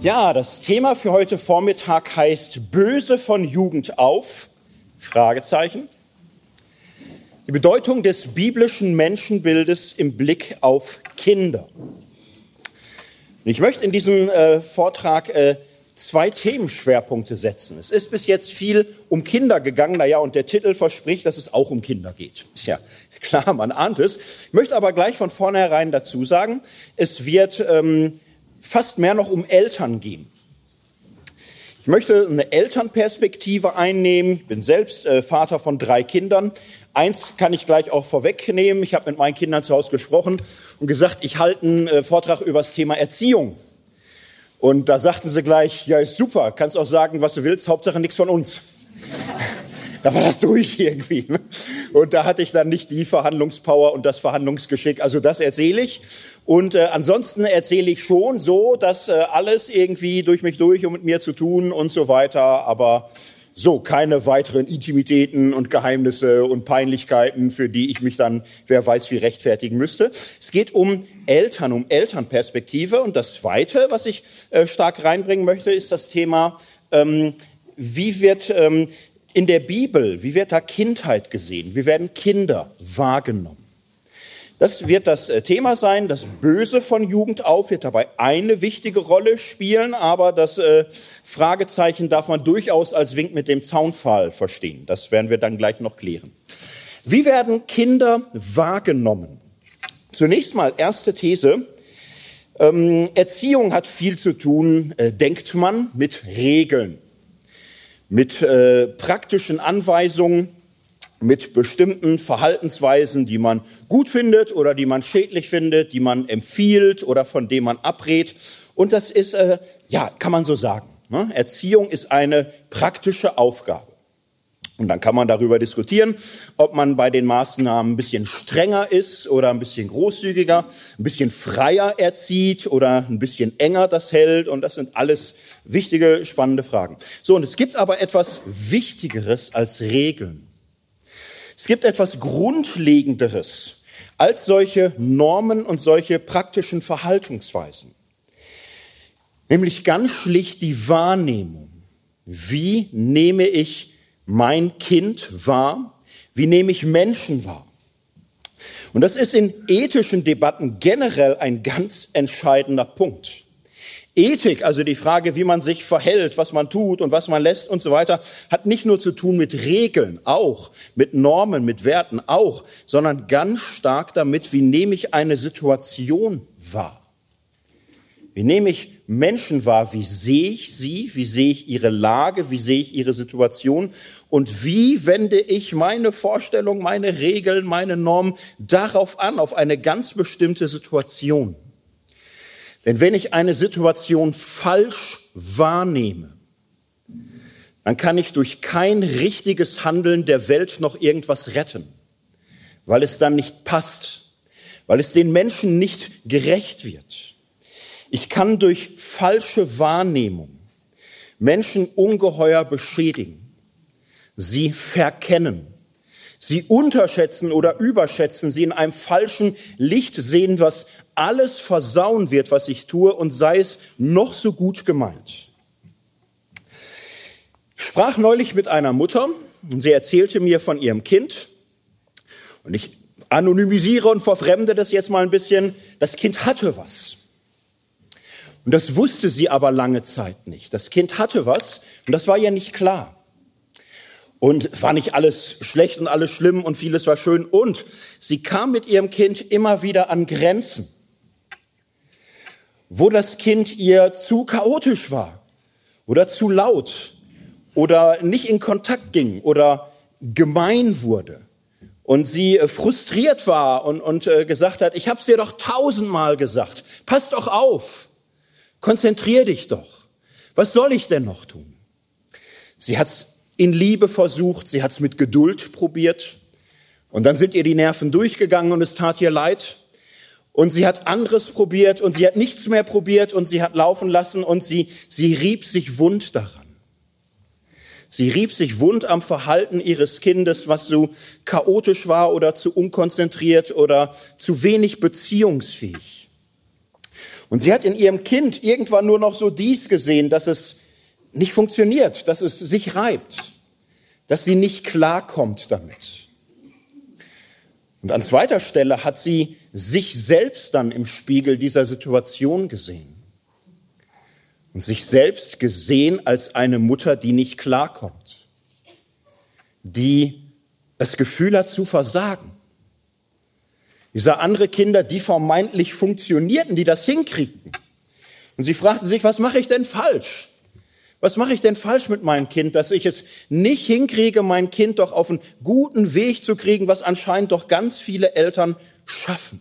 Ja, das Thema für heute Vormittag heißt Böse von Jugend auf? Fragezeichen. Die Bedeutung des biblischen Menschenbildes im Blick auf Kinder. Ich möchte in diesem Vortrag zwei Themenschwerpunkte setzen. Es ist bis jetzt viel um Kinder gegangen, und der Titel verspricht, dass es auch um Kinder geht. Tja, klar, man ahnt es. Ich möchte aber gleich von vornherein dazu sagen, es wird fast mehr noch um Eltern gehen. Ich möchte eine Elternperspektive einnehmen. Ich bin selbst Vater von 3 Kindern. Eins kann ich gleich auch vorwegnehmen. Ich habe mit meinen Kindern zu Hause gesprochen und gesagt, ich halte einen Vortrag über das Thema Erziehung. Und da sagten sie gleich, ja, ist super, kannst auch sagen, was du willst, Hauptsache nichts von uns. Da war das durch irgendwie. Ne? Und da hatte ich dann nicht die Verhandlungspower und das Verhandlungsgeschick. Also das erzähle ich. Und ansonsten erzähle ich schon so, dass alles irgendwie durch mich durch und mit mir zu tun und so weiter. Aber so, keine weiteren Intimitäten und Geheimnisse und Peinlichkeiten, für die ich mich dann, wer weiß, wie rechtfertigen müsste. Es geht um Eltern, um Elternperspektive. Und das Zweite, was ich stark reinbringen möchte, ist das Thema, wie wird in der Bibel, wie wird da Kindheit gesehen? Wie werden Kinder wahrgenommen? Das wird das Thema sein. Das Böse von Jugend auf wird dabei eine wichtige Rolle spielen, aber das Fragezeichen darf man durchaus als Wink mit dem Zaunpfahl verstehen. Das werden wir dann gleich noch klären. Wie werden Kinder wahrgenommen? Zunächst mal erste These. Erziehung hat viel zu tun, denkt man, mit Regeln, mit praktischen Anweisungen, mit bestimmten Verhaltensweisen, die man gut findet oder die man schädlich findet, die man empfiehlt oder von denen man abrät. Und das ist, kann man so sagen. Ne? Erziehung ist eine praktische Aufgabe. Und dann kann man darüber diskutieren, ob man bei den Maßnahmen ein bisschen strenger ist oder ein bisschen großzügiger, ein bisschen freier erzieht oder ein bisschen enger das hält. Und das sind alles wichtige, spannende Fragen. So, und es gibt aber etwas Wichtigeres als Regeln. Es gibt etwas Grundlegenderes als solche Normen und solche praktischen Verhaltensweisen. Nämlich ganz schlicht die Wahrnehmung. Wie nehme ich mein Kind wahr? Wie nehme ich Menschen wahr? Und das ist in ethischen Debatten generell ein ganz entscheidender Punkt. Ethik, also die Frage, wie man sich verhält, was man tut und was man lässt und so weiter, hat nicht nur zu tun mit Regeln, auch mit Normen, mit Werten, auch, sondern ganz stark damit, wie nehme ich eine Situation wahr? Wie nehme ich Menschen wahr? Wie sehe ich sie? Wie sehe ich ihre Lage? Wie sehe ich ihre Situation? Und wie wende ich meine Vorstellung, meine Regeln, meine Normen darauf an, auf eine ganz bestimmte Situation? Denn wenn ich eine Situation falsch wahrnehme, dann kann ich durch kein richtiges Handeln der Welt noch irgendwas retten, weil es dann nicht passt, weil es den Menschen nicht gerecht wird. Ich kann durch falsche Wahrnehmung Menschen ungeheuer beschädigen, sie verkennen, sie unterschätzen oder überschätzen, sie in einem falschen Licht sehen, was alles versauen wird, was ich tue, und sei es noch so gut gemeint. Ich sprach neulich mit einer Mutter und sie erzählte mir von ihrem Kind. Und ich anonymisiere und verfremde das jetzt mal ein bisschen. Das Kind hatte was. Und das wusste sie aber lange Zeit nicht. Das Kind hatte was und das war ihr nicht klar. Und war nicht alles schlecht und alles schlimm und vieles war schön. Und sie kam mit ihrem Kind immer wieder an Grenzen, wo das Kind ihr zu chaotisch war oder zu laut oder nicht in Kontakt ging oder gemein wurde. Und sie frustriert war und gesagt hat, ich hab's dir doch 1000-mal gesagt, pass doch auf, konzentrier dich doch. Was soll ich denn noch tun? Sie hat's in Liebe versucht, sie hat's mit Geduld probiert und dann sind ihr die Nerven durchgegangen und es tat ihr leid. Und sie hat anderes probiert und sie hat nichts mehr probiert und sie hat laufen lassen und sie rieb sich wund daran. Sie rieb sich wund am Verhalten ihres Kindes, was so chaotisch war oder zu unkonzentriert oder zu wenig beziehungsfähig. Und sie hat in ihrem Kind irgendwann nur noch so dies gesehen, dass es nicht funktioniert, dass es sich reibt, dass sie nicht klarkommt damit. Und an zweiter Stelle hat sie sich selbst dann im Spiegel dieser Situation gesehen. Und sich selbst gesehen als eine Mutter, die nicht klarkommt, die das Gefühl hat zu versagen. Sie sah andere Kinder, die vermeintlich funktionierten, die das hinkriegten. Und sie fragte sich, was mache ich denn falsch? Was mache ich denn falsch mit meinem Kind, dass ich es nicht hinkriege, mein Kind doch auf einen guten Weg zu kriegen, was anscheinend doch ganz viele Eltern schaffen.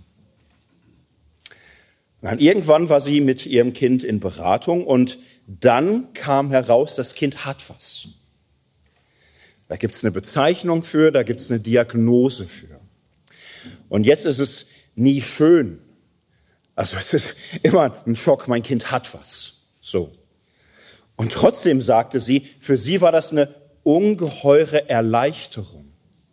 Und dann irgendwann war sie mit ihrem Kind in Beratung und dann kam heraus, das Kind hat was. Da gibt es eine Bezeichnung für, da gibt es eine Diagnose für. Und jetzt ist es nie schön. Also es ist immer ein Schock, mein Kind hat was. So. Und trotzdem sagte sie, für sie war das eine ungeheure Erleichterung.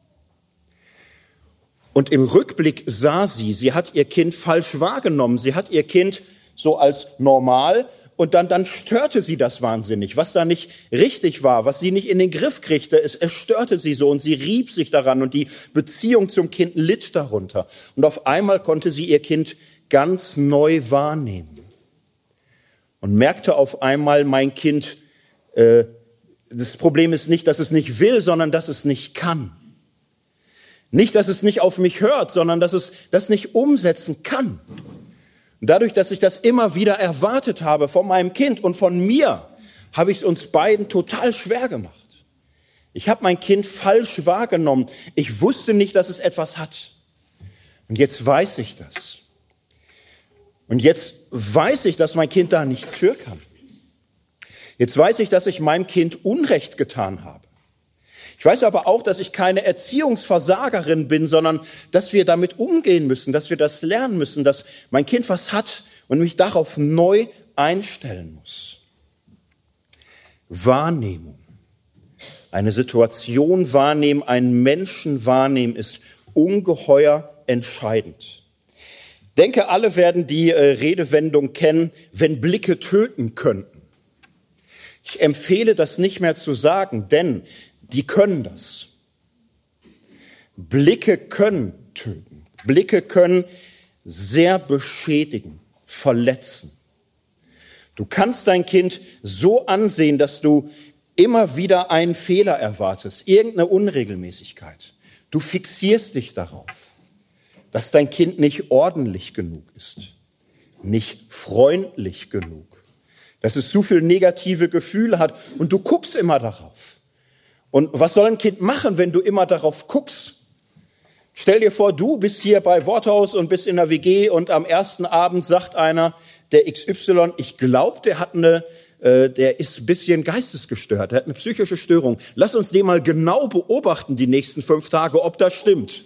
Und im Rückblick sah sie hat ihr Kind falsch wahrgenommen. Sie hat ihr Kind so als normal und dann störte sie das wahnsinnig, was da nicht richtig war, was sie nicht in den Griff kriegte. Es störte sie so und sie rieb sich daran und die Beziehung zum Kind litt darunter. Und auf einmal konnte sie ihr Kind ganz neu wahrnehmen und merkte auf einmal, mein Kind, das Problem ist nicht, dass es nicht will, sondern dass es nicht kann. Nicht, dass es nicht auf mich hört, sondern dass es das nicht umsetzen kann. Und dadurch, dass ich das immer wieder erwartet habe von meinem Kind und von mir, habe ich es uns beiden total schwer gemacht. Ich habe mein Kind falsch wahrgenommen. Ich wusste nicht, dass es etwas hat. Und jetzt weiß ich das. Und jetzt weiß ich, dass mein Kind da nichts für kann. Jetzt weiß ich, dass ich meinem Kind Unrecht getan habe. Ich weiß aber auch, dass ich keine Erziehungsversagerin bin, sondern dass wir damit umgehen müssen, dass wir das lernen müssen, dass mein Kind was hat und mich darauf neu einstellen muss. Wahrnehmung. Eine Situation wahrnehmen, einen Menschen wahrnehmen, ist ungeheuer entscheidend. Ich denke, alle werden die Redewendung kennen, wenn Blicke töten könnten. Ich empfehle das nicht mehr zu sagen, denn die können das. Blicke können töten. Blicke können sehr beschädigen, verletzen. Du kannst dein Kind so ansehen, dass du immer wieder einen Fehler erwartest, irgendeine Unregelmäßigkeit. Du fixierst dich darauf, dass dein Kind nicht ordentlich genug ist, nicht freundlich genug, dass es zu viel negative Gefühle hat und du guckst immer darauf. Und was soll ein Kind machen, wenn du immer darauf guckst? Stell dir vor, du bist hier bei Worthaus und bist in der WG und am ersten Abend sagt einer, der XY, ich glaube, der ist ein bisschen geistesgestört, der hat eine psychische Störung. Lass uns den mal genau beobachten die nächsten 5 Tage, ob das stimmt.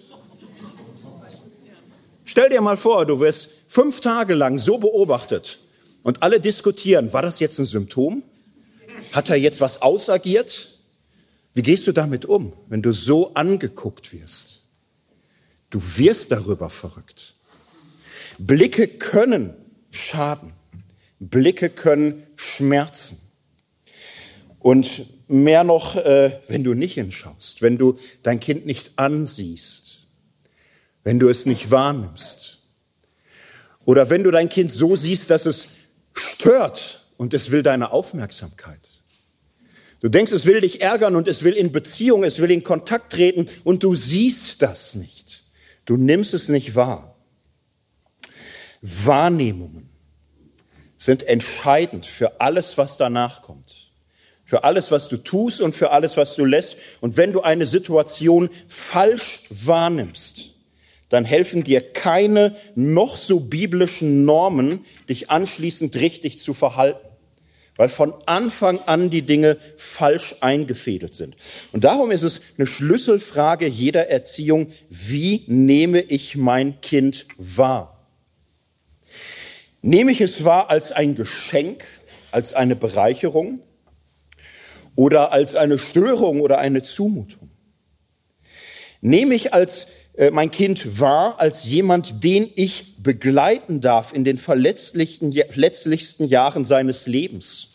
Stell dir mal vor, du wirst 5 Tage lang so beobachtet und alle diskutieren, war das jetzt ein Symptom? Hat er jetzt was ausagiert? Wie gehst du damit um, wenn du so angeguckt wirst? Du wirst darüber verrückt. Blicke können schaden. Blicke können schmerzen. Und mehr noch, wenn du nicht hinschaust, wenn du dein Kind nicht ansiehst, wenn du es nicht wahrnimmst. Oder wenn du dein Kind so siehst, dass es stört und es will deine Aufmerksamkeit. Du denkst, es will dich ärgern und es will in Beziehung, es will in Kontakt treten und du siehst das nicht. Du nimmst es nicht wahr. Wahrnehmungen sind entscheidend für alles, was danach kommt. Für alles, was du tust und für alles, was du lässt. Und wenn du eine Situation falsch wahrnimmst, dann helfen dir keine noch so biblischen Normen, dich anschließend richtig zu verhalten. Weil von Anfang an die Dinge falsch eingefädelt sind. Und darum ist es eine Schlüsselfrage jeder Erziehung, wie nehme ich mein Kind wahr? Nehme ich es wahr als ein Geschenk, als eine Bereicherung oder als eine Störung oder eine Zumutung? Nehme ich als mein Kind wahr als jemand, den ich begleiten darf in den verletzlichsten Jahren seines Lebens?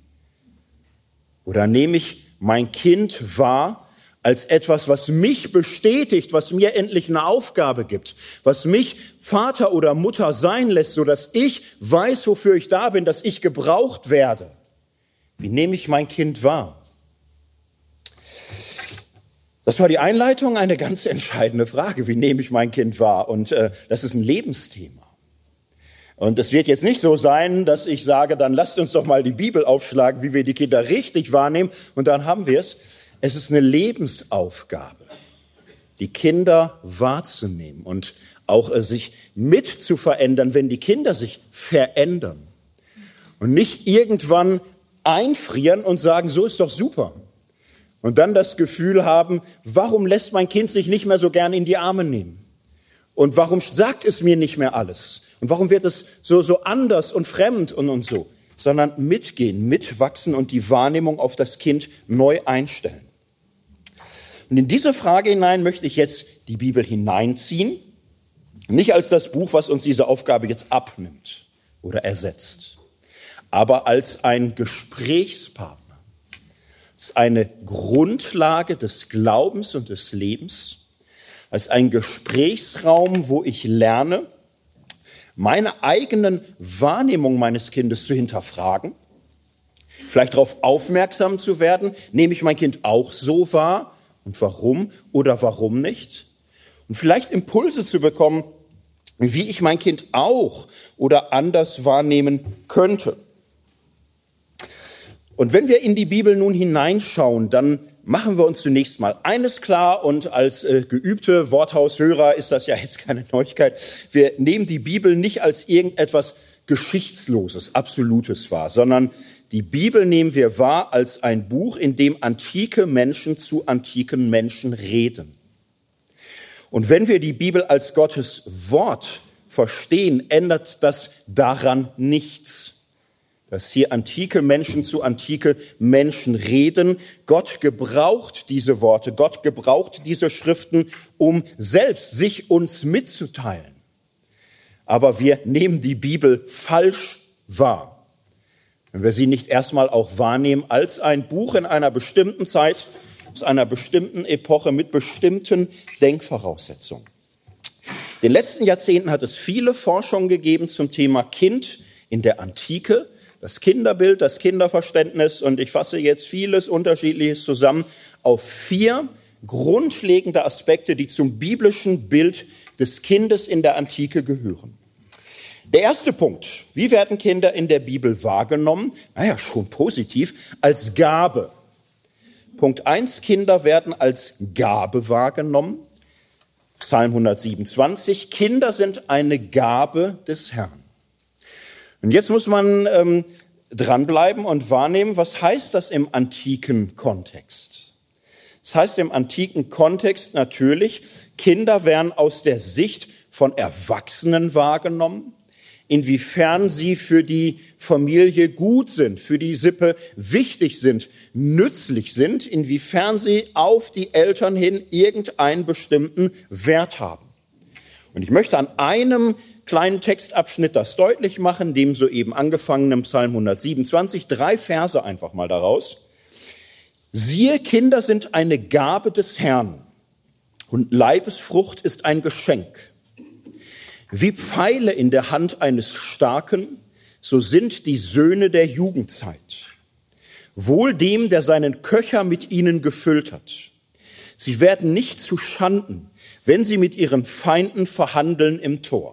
Oder nehme ich mein Kind wahr als etwas, was mich bestätigt, was mir endlich eine Aufgabe gibt, was mich Vater oder Mutter sein lässt, sodass ich weiß, wofür ich da bin, dass ich gebraucht werde? Wie nehme ich mein Kind wahr? Das war die Einleitung, eine ganz entscheidende Frage. Wie nehme ich mein Kind wahr? Und das ist ein Lebensthema. Und es wird jetzt nicht so sein, dass ich sage, dann lasst uns doch mal die Bibel aufschlagen, wie wir die Kinder richtig wahrnehmen. Und dann haben wir es. Es ist eine Lebensaufgabe, die Kinder wahrzunehmen und auch sich mit zu verändern, wenn die Kinder sich verändern. Und nicht irgendwann einfrieren und sagen, so ist doch super. Und dann das Gefühl haben, warum lässt mein Kind sich nicht mehr so gern in die Arme nehmen? Und warum sagt es mir nicht mehr alles? Und warum wird es so anders und fremd und so? Sondern mitgehen, mitwachsen und die Wahrnehmung auf das Kind neu einstellen. Und in diese Frage hinein möchte ich jetzt die Bibel hineinziehen. Nicht als das Buch, was uns diese Aufgabe jetzt abnimmt oder ersetzt, aber als ein Gesprächspartner. Es ist eine Grundlage des Glaubens und des Lebens, als ein Gesprächsraum, wo ich lerne, meine eigenen Wahrnehmungen meines Kindes zu hinterfragen, vielleicht darauf aufmerksam zu werden, nehme ich mein Kind auch so wahr und warum oder warum nicht? Und vielleicht Impulse zu bekommen, wie ich mein Kind auch oder anders wahrnehmen könnte. Und wenn wir in die Bibel nun hineinschauen, dann machen wir uns zunächst mal eines klar, und als geübte Worthaushörer ist das ja jetzt keine Neuigkeit. Wir nehmen die Bibel nicht als irgendetwas Geschichtsloses, Absolutes wahr, sondern die Bibel nehmen wir wahr als ein Buch, in dem antike Menschen zu antiken Menschen reden. Und wenn wir die Bibel als Gottes Wort verstehen, ändert das daran nichts. Dass hier antike Menschen zu antike Menschen reden. Gott gebraucht diese Worte, Gott gebraucht diese Schriften, um selbst sich uns mitzuteilen. Aber wir nehmen die Bibel falsch wahr, wenn wir sie nicht erstmal auch wahrnehmen als ein Buch in einer bestimmten Zeit, aus einer bestimmten Epoche mit bestimmten Denkvoraussetzungen. In den letzten Jahrzehnten hat es viele Forschungen gegeben zum Thema Kind in der Antike, das Kinderbild, das Kinderverständnis, und ich fasse jetzt vieles Unterschiedliches zusammen auf 4 grundlegende Aspekte, die zum biblischen Bild des Kindes in der Antike gehören. Der erste Punkt: Wie werden Kinder in der Bibel wahrgenommen? Naja, schon positiv, als Gabe. Punkt 1, Kinder werden als Gabe wahrgenommen. Psalm 127, Kinder sind eine Gabe des Herrn. Und jetzt muss man dranbleiben und wahrnehmen, was heißt das im antiken Kontext? Das heißt im antiken Kontext natürlich, Kinder werden aus der Sicht von Erwachsenen wahrgenommen, inwiefern sie für die Familie gut sind, für die Sippe wichtig sind, nützlich sind, inwiefern sie auf die Eltern hin irgendeinen bestimmten Wert haben. Und ich möchte an einem kleinen Textabschnitt das deutlich machen, dem soeben angefangenen Psalm 127, 3 Verse einfach mal daraus. Siehe, Kinder sind eine Gabe des Herrn und Leibesfrucht ist ein Geschenk. Wie Pfeile in der Hand eines Starken, so sind die Söhne der Jugendzeit. Wohl dem, der seinen Köcher mit ihnen gefüllt hat. Sie werden nicht zu Schanden, wenn sie mit ihren Feinden verhandeln im Tor.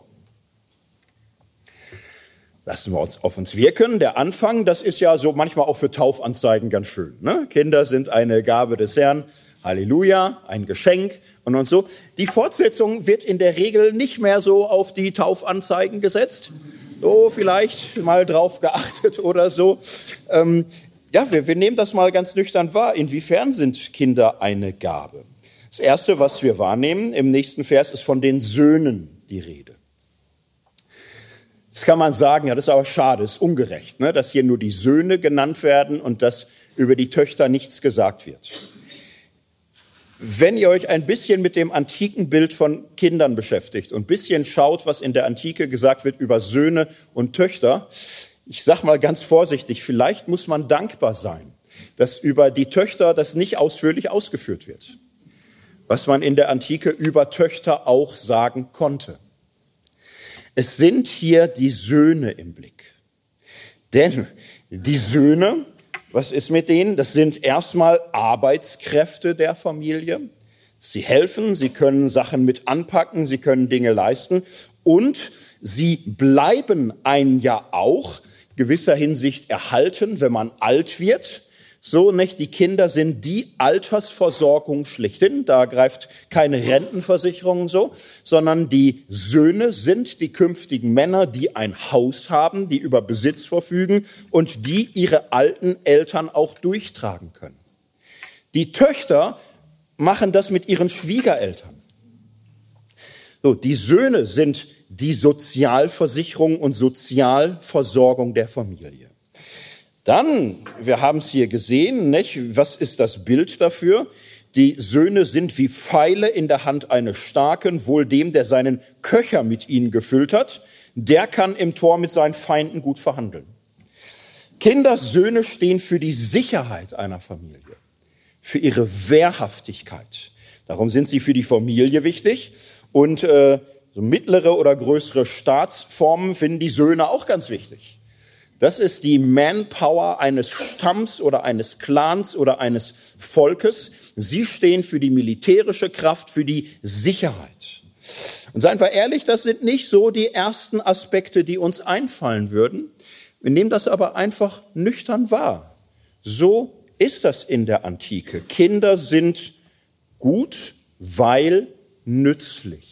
Lassen wir uns auf uns wirken. Der Anfang, das ist ja so manchmal auch für Taufanzeigen ganz schön. Ne? Kinder sind eine Gabe des Herrn. Halleluja, ein Geschenk und so. Die Fortsetzung wird in der Regel nicht mehr so auf die Taufanzeigen gesetzt. So vielleicht mal drauf geachtet oder so. Wir nehmen das mal ganz nüchtern wahr. Inwiefern sind Kinder eine Gabe? Das Erste, was wir wahrnehmen im nächsten Vers, ist von den Söhnen die Rede. Jetzt kann man sagen, ja, das ist aber schade, das ist ungerecht, ne, dass hier nur die Söhne genannt werden und dass über die Töchter nichts gesagt wird. Wenn ihr euch ein bisschen mit dem antiken Bild von Kindern beschäftigt und ein bisschen schaut, was in der Antike gesagt wird über Söhne und Töchter, ich sag mal ganz vorsichtig, vielleicht muss man dankbar sein, dass über die Töchter das nicht ausführlich ausgeführt wird, was man in der Antike über Töchter auch sagen konnte. Es sind hier die Söhne im Blick. Denn die Söhne, was ist mit denen? Das sind erstmal Arbeitskräfte der Familie. Sie helfen, sie können Sachen mit anpacken, sie können Dinge leisten und sie bleiben ein Jahr auch gewisser Hinsicht erhalten, wenn man alt wird. So, nicht? Die Kinder sind die Altersversorgung schlechthin. Da greift keine Rentenversicherung so, sondern die Söhne sind die künftigen Männer, die ein Haus haben, die über Besitz verfügen und die ihre alten Eltern auch durchtragen können. Die Töchter machen das mit ihren Schwiegereltern. So, die Söhne sind die Sozialversicherung und Sozialversorgung der Familie. Dann, wir haben es hier gesehen, nicht? Was ist das Bild dafür? Die Söhne sind wie Pfeile in der Hand eines Starken, wohl dem, der seinen Köcher mit ihnen gefüllt hat. Der kann im Tor mit seinen Feinden gut verhandeln. Söhne stehen für die Sicherheit einer Familie, für ihre Wehrhaftigkeit. Darum sind sie für die Familie wichtig. Und so mittlere oder größere Staatsformen finden die Söhne auch ganz wichtig. Das ist die Manpower eines Stamms oder eines Clans oder eines Volkes. Sie stehen für die militärische Kraft, für die Sicherheit. Und seien wir ehrlich, das sind nicht so die ersten Aspekte, die uns einfallen würden. Wir nehmen das aber einfach nüchtern wahr. So ist das in der Antike. Kinder sind gut, weil nützlich.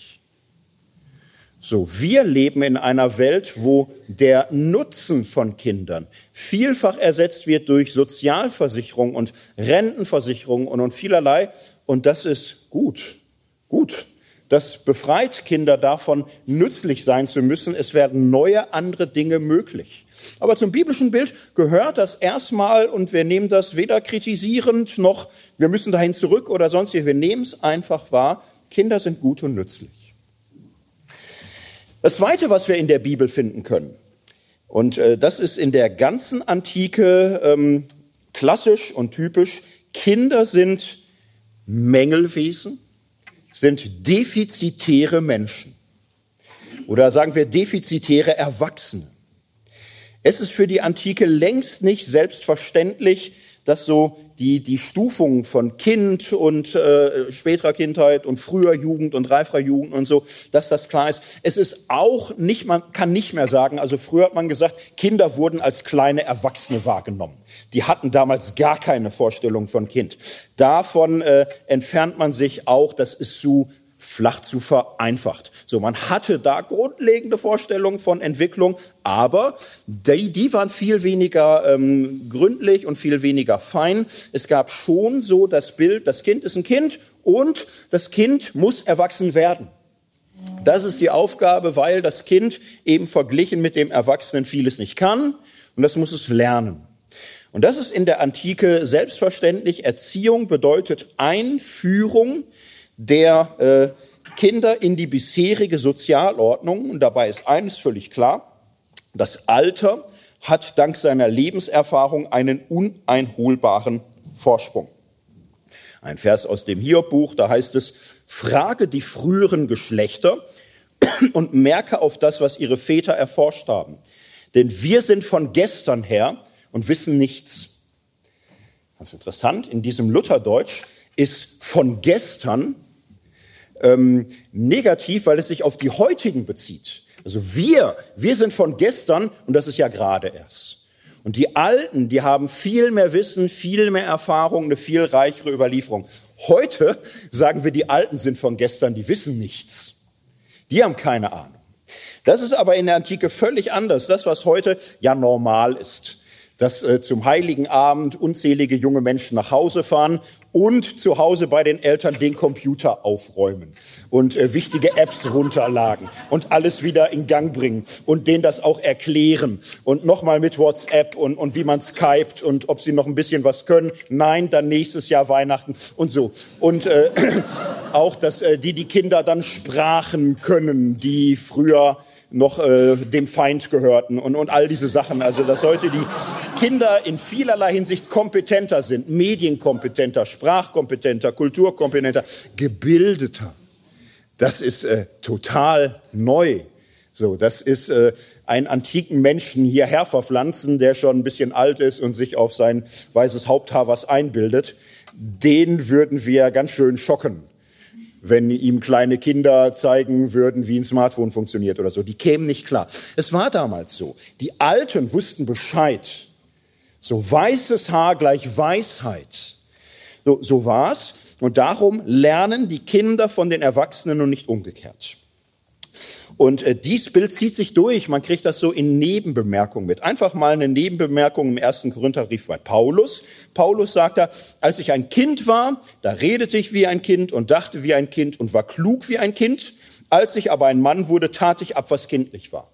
So, wir leben in einer Welt, wo der Nutzen von Kindern vielfach ersetzt wird durch Sozialversicherung und Rentenversicherung und vielerlei. Und das ist gut. Das befreit Kinder davon, nützlich sein zu müssen. Es werden neue, andere Dinge möglich. Aber zum biblischen Bild gehört das erstmal, und wir nehmen das weder kritisierend noch, wir müssen dahin zurück oder sonst wie. Wir nehmen es einfach wahr. Kinder sind gut und nützlich. Das Zweite, was wir in der Bibel finden können, und das ist in der ganzen Antike klassisch und typisch, Kinder sind Mängelwesen, sind defizitäre Menschen. Oder sagen wir defizitäre Erwachsene. Es ist für die Antike längst nicht selbstverständlich, dass so die Stufungen von Kind und späterer Kindheit und früher Jugend und reiferer Jugend und so, dass das klar ist. Es ist auch nicht, man kann nicht mehr sagen, also früher hat man gesagt, Kinder wurden als kleine Erwachsene wahrgenommen. Die hatten damals gar keine Vorstellung von Kind. Davon entfernt man sich auch, das ist zu flach, zu vereinfacht. So, man hatte da grundlegende Vorstellungen von Entwicklung, aber die waren viel weniger gründlich und viel weniger fein. Es gab schon so das Bild, das Kind ist ein Kind und das Kind muss erwachsen werden. Das ist die Aufgabe, weil das Kind eben verglichen mit dem Erwachsenen vieles nicht kann und das muss es lernen. Und das ist in der Antike selbstverständlich. Erziehung bedeutet Einführung der Kinder in die bisherige Sozialordnung. Und dabei ist eines völlig klar: Das Alter hat dank seiner Lebenserfahrung einen uneinholbaren Vorsprung. Ein Vers aus dem Hiob-Buch, da heißt es: Frage die früheren Geschlechter und merke auf das, was ihre Väter erforscht haben. Denn wir sind von gestern her und wissen nichts. Ganz interessant, in diesem Lutherdeutsch ist von gestern negativ, weil es sich auf die heutigen bezieht. Also wir sind von gestern und das ist ja gerade erst. Und die Alten, die haben viel mehr Wissen, viel mehr Erfahrung, eine viel reichere Überlieferung. Heute sagen wir, die Alten sind von gestern, die wissen nichts. Die haben keine Ahnung. Das ist aber in der Antike völlig anders. Das, was heute ja normal ist. dass zum Heiligen Abend unzählige junge Menschen nach Hause fahren und zu Hause bei den Eltern den Computer aufräumen und wichtige Apps runterladen und alles wieder in Gang bringen und denen das auch erklären und nochmal mit WhatsApp und wie man skypt und ob sie noch ein bisschen was können. Nein, dann nächstes Jahr Weihnachten und so. Und auch, dass die Kinder dann Sprachen können, die früher noch dem Feind gehörten und all diese Sachen. Also dass heute die Kinder in vielerlei Hinsicht kompetenter sind, medienkompetenter, sprachkompetenter, kulturkompetenter, gebildeter. Das ist total neu. So, das ist einen antiken Menschen hierher verpflanzen, der schon ein bisschen alt ist und sich auf sein weißes Haupthaar was einbildet. Den würden wir ganz schön schocken, wenn ihm kleine Kinder zeigen würden, wie ein Smartphone funktioniert oder so. Die kämen nicht klar. Es war damals so. Die Alten wussten Bescheid. So weißes Haar gleich Weisheit. So war's. Und darum lernen die Kinder von den Erwachsenen und nicht umgekehrt. Und dieses Bild zieht sich durch. Man kriegt das so in Nebenbemerkungen mit. Einfach mal eine Nebenbemerkung im 1. Korintherbrief bei Paulus. Paulus sagt da, als ich ein Kind war, da redete ich wie ein Kind und dachte wie ein Kind und war klug wie ein Kind. Als ich aber ein Mann wurde, tat ich ab, was kindlich war.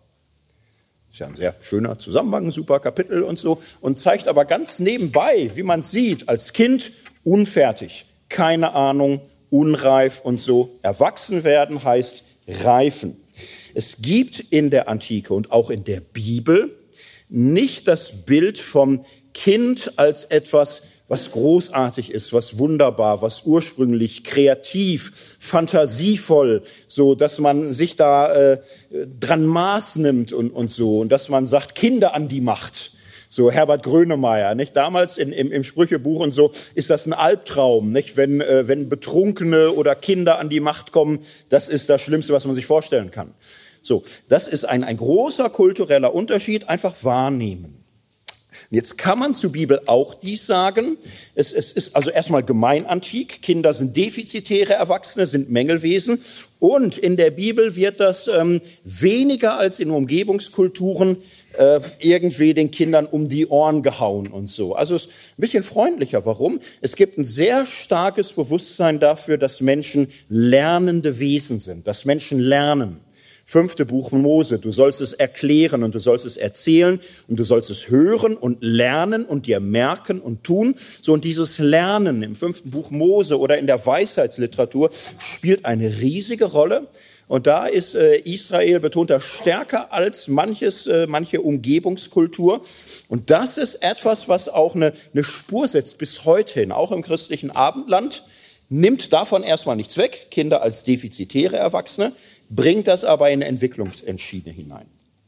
Das ist ja ein sehr schöner Zusammenhang, ein super Kapitel und so. Und zeigt aber ganz nebenbei, wie man sieht, als Kind unfertig, keine Ahnung, unreif und so. Erwachsen werden heißt reifen. Es gibt in der Antike und auch in der Bibel nicht das Bild vom Kind als etwas, was großartig ist, was wunderbar, was ursprünglich, kreativ, fantasievoll, so dass man sich da dran Maß nimmt und so und dass man sagt, Kinder an die Macht. So Herbert Grönemeyer, nicht? Damals im Sprüchebuch und so ist das ein Albtraum, nicht? Wenn Betrunkene oder Kinder an die Macht kommen, das ist das Schlimmste, was man sich vorstellen kann. So, das ist ein großer kultureller Unterschied, einfach wahrnehmen. Und jetzt kann man zur Bibel auch dies sagen. Es ist also erstmal gemeinantik. Kinder sind defizitäre Erwachsene, sind Mängelwesen. Und in der Bibel wird das weniger als in Umgebungskulturen irgendwie den Kindern um die Ohren gehauen und so. Also es ist ein bisschen freundlicher. Warum? Es gibt ein sehr starkes Bewusstsein dafür, dass Menschen lernende Wesen sind, dass Menschen lernen. 5. Buch Mose, du sollst es erklären und du sollst es erzählen und du sollst es hören und lernen und dir merken und tun. So, und dieses Lernen im 5. Buch Mose oder in der Weisheitsliteratur spielt eine riesige Rolle. Und da ist Israel betonter stärker als manche Umgebungskultur. Und das ist etwas, was auch eine Spur setzt bis heute hin, auch im christlichen Abendland. Nimmt davon erstmal nichts weg, Kinder als defizitäre Erwachsene, bringt das aber in Entwicklungsentschiede hinein.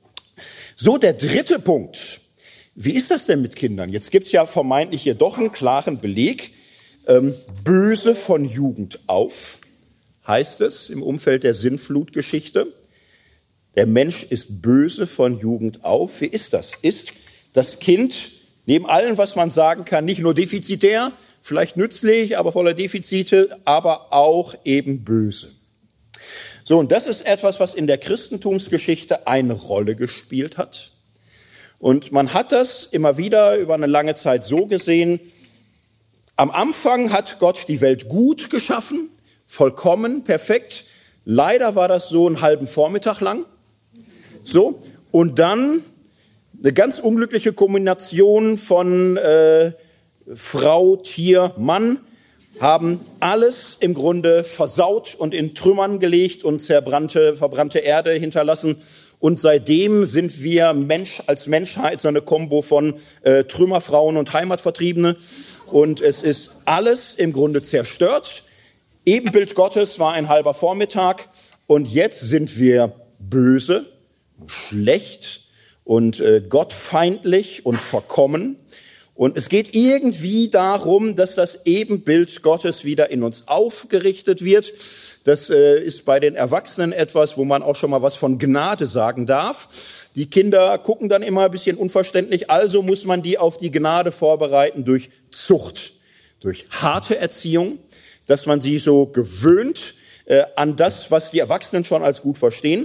So, der dritte Punkt. Wie ist das denn mit Kindern? Jetzt gibt's ja vermeintlich hier doch einen klaren Beleg. Böse von Jugend auf, heißt es im Umfeld der Sintflutgeschichte. Der Mensch ist böse von Jugend auf. Wie ist das? Ist das Kind neben allem, was man sagen kann, nicht nur defizitär, vielleicht nützlich, aber voller Defizite, aber auch eben böse. So, und das ist etwas, was in der Christentumsgeschichte eine Rolle gespielt hat. Und man hat das immer wieder über eine lange Zeit so gesehen. Am Anfang hat Gott die Welt gut geschaffen, vollkommen, perfekt. Leider war das so einen halben Vormittag lang. So, und dann eine ganz unglückliche Kombination von Frau, Tier, Mann, haben alles im Grunde versaut und in Trümmern gelegt und verbrannte Erde hinterlassen. Und seitdem sind wir als Menschheit so eine Kombo von Trümmerfrauen und Heimatvertriebene. Und es ist alles im Grunde zerstört. Ebenbild Gottes war ein halber Vormittag. Und jetzt sind wir böse, schlecht und gottfeindlich und verkommen. Und es geht irgendwie darum, dass das Ebenbild Gottes wieder in uns aufgerichtet wird. Das ist bei den Erwachsenen etwas, wo man auch schon mal was von Gnade sagen darf. Die Kinder gucken dann immer ein bisschen unverständlich, also muss man die auf die Gnade vorbereiten durch Zucht, durch harte Erziehung, dass man sie so gewöhnt an das, was die Erwachsenen schon als gut verstehen.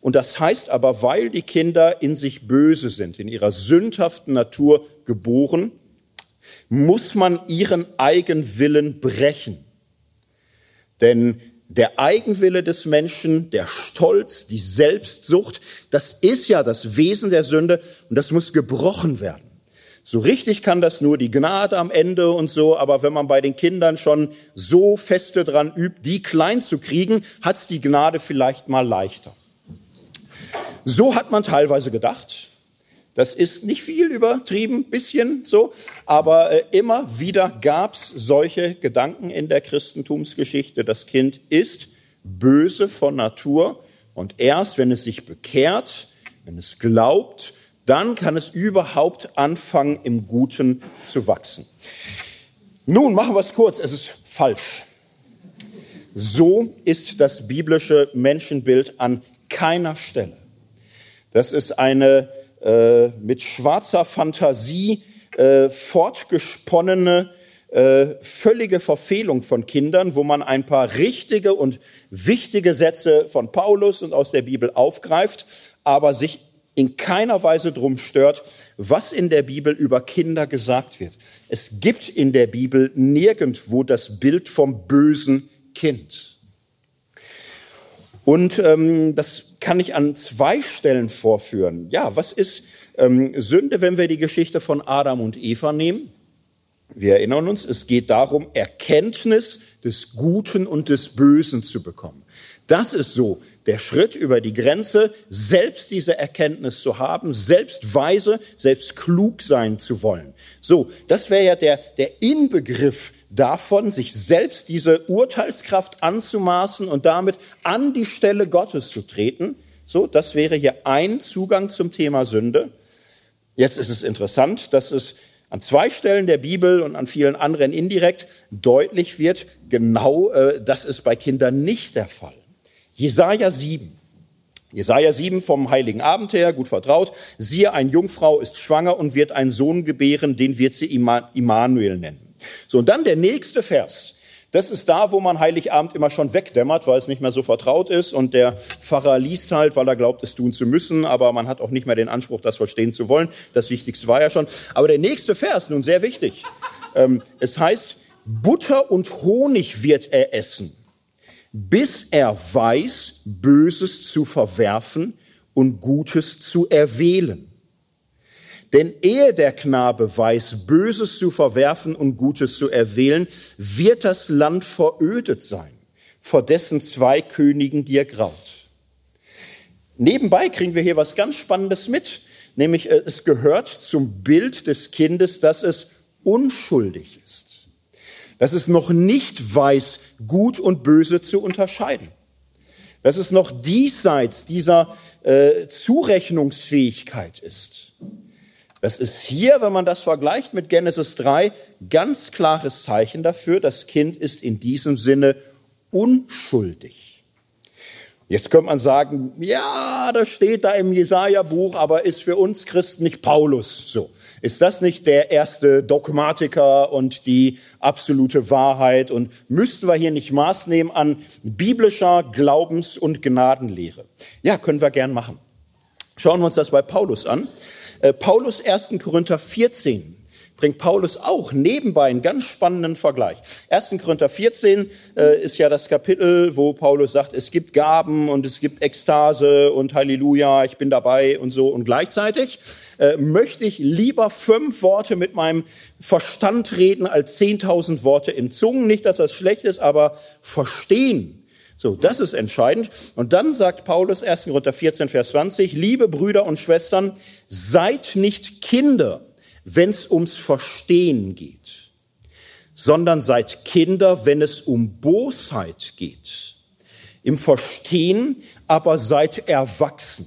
Und das heißt aber, weil die Kinder in sich böse sind, in ihrer sündhaften Natur geboren, muss man ihren Eigenwillen brechen. Denn der Eigenwille des Menschen, der Stolz, die Selbstsucht, das ist ja das Wesen der Sünde und das muss gebrochen werden. So richtig kann das nur die Gnade am Ende und so, aber wenn man bei den Kindern schon so feste dran übt, die klein zu kriegen, hat's die Gnade vielleicht mal leichter. So hat man teilweise gedacht. Das ist nicht viel übertrieben, bisschen so, aber immer wieder gab's solche Gedanken in der Christentumsgeschichte. Das Kind ist böse von Natur und erst wenn es sich bekehrt, wenn es glaubt, dann kann es überhaupt anfangen, im Guten zu wachsen. Nun, machen wir es kurz, es ist falsch. So ist das biblische Menschenbild an keiner Stelle. Das ist eine mit schwarzer Fantasie fortgesponnene, völlige Verfehlung von Kindern, wo man ein paar richtige und wichtige Sätze von Paulus und aus der Bibel aufgreift, aber sich in keiner Weise drum stört, was in der Bibel über Kinder gesagt wird. Es gibt in der Bibel nirgendwo das Bild vom bösen Kind. Und das kann ich an 2 Stellen vorführen. Ja, was ist Sünde, wenn wir die Geschichte von Adam und Eva nehmen? Wir erinnern uns, es geht darum, Erkenntnis des Guten und des Bösen zu bekommen. Das ist so der Schritt über die Grenze, selbst diese Erkenntnis zu haben, selbst weise, selbst klug sein zu wollen. So, das wäre ja der Inbegriff davon, sich selbst diese Urteilskraft anzumaßen und damit an die Stelle Gottes zu treten. So, das wäre hier ein Zugang zum Thema Sünde. Jetzt ist es interessant, dass es an 2 Stellen der Bibel und an vielen anderen indirekt deutlich wird, genau das ist bei Kindern nicht der Fall. Jesaja 7 vom Heiligen Abend her, gut vertraut. Siehe, eine Jungfrau ist schwanger und wird einen Sohn gebären, den wird sie Immanuel nennen. So, und dann der nächste Vers. Das ist da, wo man Heiligabend immer schon wegdämmert, weil es nicht mehr so vertraut ist. Und der Pfarrer liest halt, weil er glaubt, es tun zu müssen. Aber man hat auch nicht mehr den Anspruch, das verstehen zu wollen. Das Wichtigste war ja schon. Aber der nächste Vers, nun sehr wichtig. Es heißt, Butter und Honig wird er essen, bis er weiß, Böses zu verwerfen und Gutes zu erwählen. Denn ehe der Knabe weiß, Böses zu verwerfen und Gutes zu erwählen, wird das Land verödet sein, vor dessen 2 Königen dir graut. Nebenbei kriegen wir hier was ganz Spannendes mit, nämlich es gehört zum Bild des Kindes, dass es unschuldig ist, dass es noch nicht weiß, Gut und Böse zu unterscheiden, dass es noch diesseits dieser Zurechnungsfähigkeit ist. Das ist hier, wenn man das vergleicht mit Genesis 3, ganz klares Zeichen dafür, das Kind ist in diesem Sinne unschuldig. Jetzt könnte man sagen, ja, das steht da im Jesaja-Buch, aber ist für uns Christen nicht Paulus so? Ist das nicht der erste Dogmatiker und die absolute Wahrheit? Und müssten wir hier nicht Maß nehmen an biblischer Glaubens- und Gnadenlehre? Ja, können wir gern machen. Schauen wir uns das bei Paulus an. Paulus 1. Korinther 14 bringt Paulus auch nebenbei einen ganz spannenden Vergleich. 1. Korinther 14 ist ja das Kapitel, wo Paulus sagt, es gibt Gaben und es gibt Ekstase und Halleluja, ich bin dabei und so. Und gleichzeitig möchte ich lieber 5 Worte mit meinem Verstand reden als 10.000 Worte in Zungen. Nicht, dass das schlecht ist, aber verstehen. So, das ist entscheidend. Und dann sagt Paulus, 1. Korinther 14, Vers 20, liebe Brüder und Schwestern, seid nicht Kinder, wenn es ums Verstehen geht, sondern seid Kinder, wenn es um Bosheit geht. Im Verstehen aber seid erwachsen.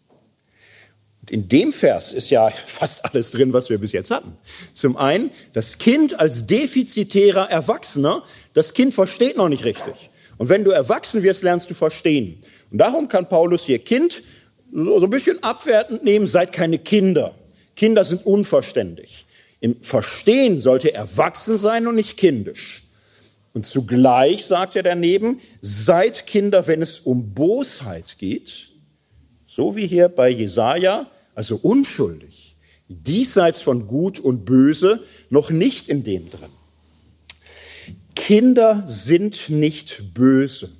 Und in dem Vers ist ja fast alles drin, was wir bis jetzt hatten. Zum einen, das Kind als defizitärer Erwachsener, das Kind versteht noch nicht richtig. Und wenn du erwachsen wirst, lernst du verstehen. Und darum kann Paulus hier Kind so ein bisschen abwertend nehmen, seid keine Kinder. Kinder sind unverständig. Im Verstehen sollte erwachsen sein und nicht kindisch. Und zugleich sagt er daneben, seid Kinder, wenn es um Bosheit geht. so wie hier bei Jesaja, also unschuldig, diesseits von Gut und Böse, noch nicht in dem drin. Kinder sind nicht böse.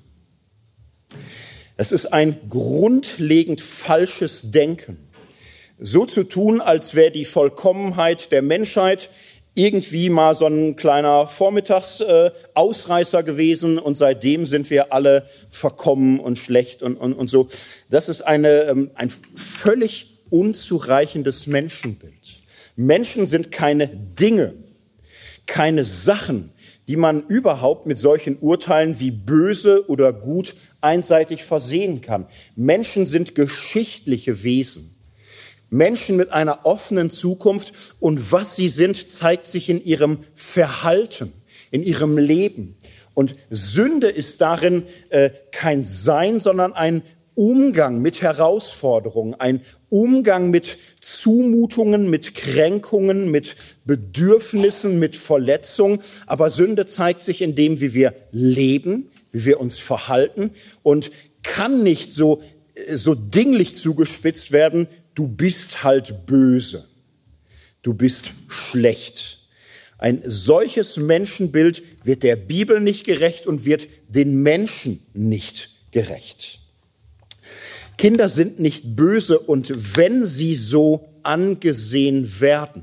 Es ist ein grundlegend falsches Denken, so zu tun, als wäre die Vollkommenheit der Menschheit irgendwie mal so ein kleiner Vormittagsausreißer gewesen und seitdem sind wir alle verkommen und schlecht und so. Das ist ein völlig unzureichendes Menschenbild. Menschen sind keine Dinge, keine Sachen, die man überhaupt mit solchen Urteilen wie böse oder gut einseitig versehen kann. Menschen sind geschichtliche Wesen. Menschen mit einer offenen Zukunft und was sie sind, zeigt sich in ihrem Verhalten, in ihrem Leben. Und Sünde ist darin kein Sein, sondern ein Umgang mit Herausforderungen, ein Umgang mit Zumutungen, mit Kränkungen, mit Bedürfnissen, mit Verletzungen. Aber Sünde zeigt sich in dem, wie wir leben, wie wir uns verhalten und kann nicht so dinglich zugespitzt werden, du bist halt böse, du bist schlecht. Ein solches Menschenbild wird der Bibel nicht gerecht und wird den Menschen nicht gerecht. Kinder sind nicht böse und wenn sie so angesehen werden,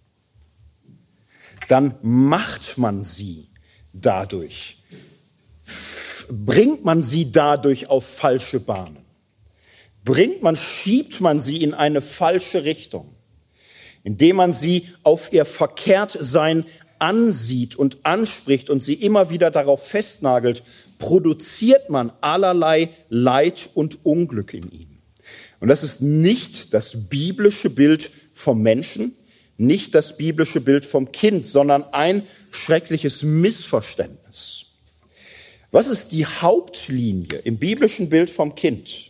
dann macht man sie dadurch, bringt man sie dadurch auf falsche Bahnen. Schiebt man sie in eine falsche Richtung, indem man sie auf ihr Verkehrtsein ansieht und anspricht und sie immer wieder darauf festnagelt, produziert man allerlei Leid und Unglück in ihnen. Und das ist nicht das biblische Bild vom Menschen, nicht das biblische Bild vom Kind, sondern ein schreckliches Missverständnis. Was ist die Hauptlinie im biblischen Bild vom Kind?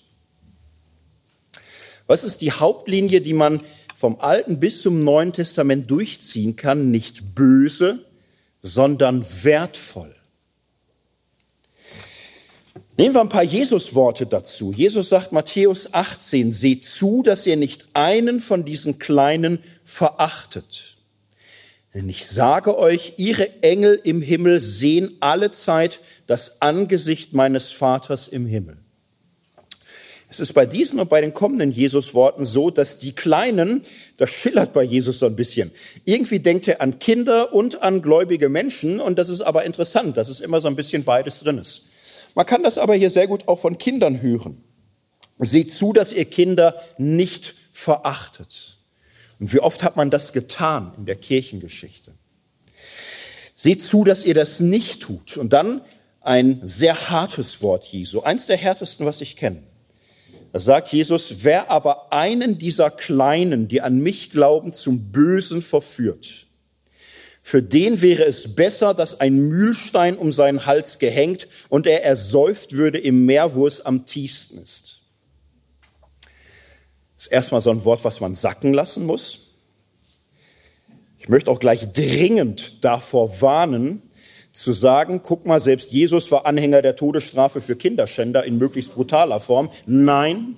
Was ist die Hauptlinie, die man vom Alten bis zum Neuen Testament durchziehen kann? Nicht böse, sondern wertvoll. Nehmen wir ein paar Jesus-Worte dazu. Jesus sagt, Matthäus 18, seht zu, dass ihr nicht einen von diesen Kleinen verachtet. Denn ich sage euch, ihre Engel im Himmel sehen allezeit das Angesicht meines Vaters im Himmel. Es ist bei diesen und bei den kommenden Jesus-Worten so, dass die Kleinen, das schillert bei Jesus so ein bisschen. Irgendwie denkt er an Kinder und an gläubige Menschen und das ist aber interessant, dass es immer so ein bisschen beides drin ist. Man kann das aber hier sehr gut auch von Kindern hören. Seht zu, dass ihr Kinder nicht verachtet. Und wie oft hat man das getan in der Kirchengeschichte? Seht zu, dass ihr das nicht tut. Und dann ein sehr hartes Wort Jesu, eins der härtesten, was ich kenne. Da sagt Jesus, wer aber einen dieser Kleinen, die an mich glauben, zum Bösen verführt, für den wäre es besser, dass ein Mühlstein um seinen Hals gehängt und er ersäuft würde im Meer, wo es am tiefsten ist. Das ist erstmal so ein Wort, was man sacken lassen muss. Ich möchte auch gleich dringend davor warnen, zu sagen, guck mal, selbst Jesus war Anhänger der Todesstrafe für Kinderschänder in möglichst brutaler Form. Nein,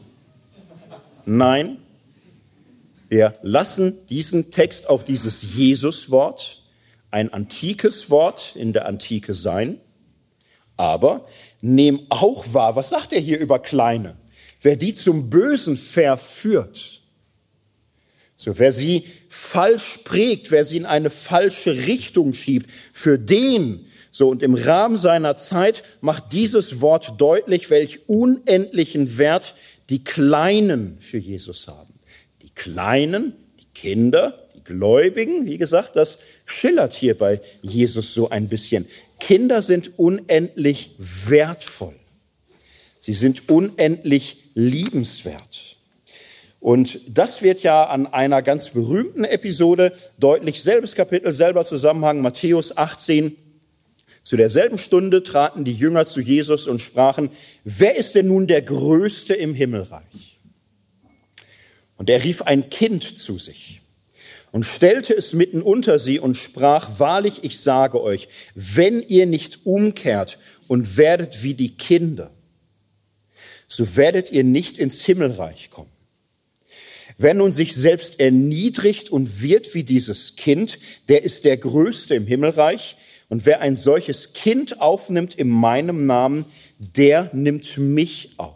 wir lassen diesen Text auf dieses Jesus-Wort, ein antikes Wort in der Antike sein, aber nehmen auch wahr, was sagt er hier über Kleine? Wer die zum Bösen verführt, so wer sie falsch prägt, wer sie in eine falsche Richtung schiebt, für den, so und im Rahmen seiner Zeit macht dieses Wort deutlich, welch unendlichen Wert die Kleinen für Jesus haben. Die Kleinen, die Kinder, die Gläubigen, wie gesagt, das schillert hier bei Jesus so ein bisschen. Kinder sind unendlich wertvoll. Sie sind unendlich liebenswert. Und das wird ja an einer ganz berühmten Episode deutlich, selbes Kapitel, selber Zusammenhang, Matthäus 18. Zu derselben Stunde traten die Jünger zu Jesus und sprachen, wer ist denn nun der Größte im Himmelreich? Und er rief ein Kind zu sich und stellte es mitten unter sie und sprach, wahrlich, ich sage euch, wenn ihr nicht umkehrt und werdet wie die Kinder, so werdet ihr nicht ins Himmelreich kommen. Wer nun sich selbst erniedrigt und wird wie dieses Kind, der ist der Größte im Himmelreich. Und wer ein solches Kind aufnimmt in meinem Namen, der nimmt mich auf.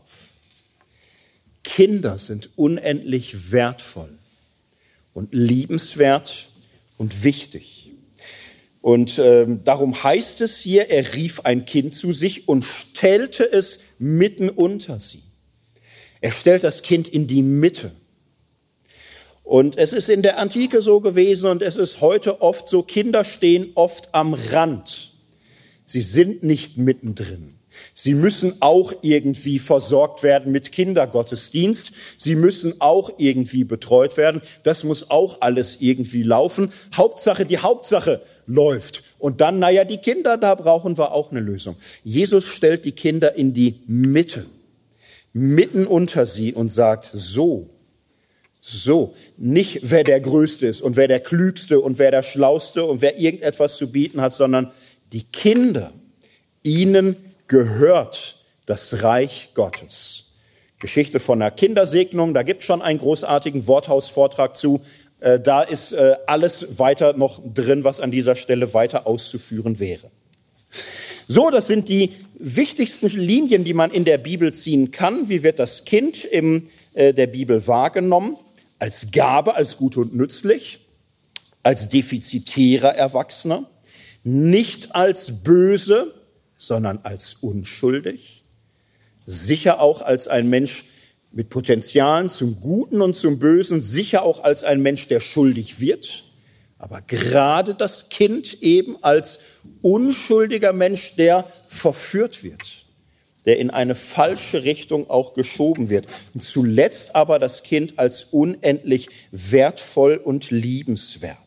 Kinder sind unendlich wertvoll und liebenswert und wichtig. Und darum heißt es hier, er rief ein Kind zu sich und stellte es mitten unter sie. Er stellt das Kind in die Mitte. Und es ist in der Antike so gewesen und es ist heute oft so, Kinder stehen oft am Rand. Sie sind nicht mittendrin. Sie müssen auch irgendwie versorgt werden mit Kindergottesdienst. Sie müssen auch irgendwie betreut werden. Das muss auch alles irgendwie laufen. Die Hauptsache läuft. Und dann, die Kinder, da brauchen wir auch eine Lösung. Jesus stellt die Kinder in die Mitte, mitten unter sie und sagt, so, nicht wer der Größte ist und wer der Klügste und wer der Schlauste und wer irgendetwas zu bieten hat, sondern die Kinder, ihnen gehört das Reich Gottes. Geschichte von einer Kindersegnung, da gibt es schon einen großartigen Worthausvortrag zu. Da ist alles weiter noch drin, was an dieser Stelle weiter auszuführen wäre. So, das sind die wichtigsten Linien, die man in der Bibel ziehen kann. Wie wird das Kind in der Bibel wahrgenommen? Als Gabe, als gut und nützlich, als defizitärer Erwachsener, nicht als böse, sondern als unschuldig, sicher auch als ein Mensch mit Potenzialen zum Guten und zum Bösen, sicher auch als ein Mensch, der schuldig wird, aber gerade das Kind eben als unschuldiger Mensch, der verführt wird, der in eine falsche Richtung auch geschoben wird. Und zuletzt aber das Kind als unendlich wertvoll und liebenswert.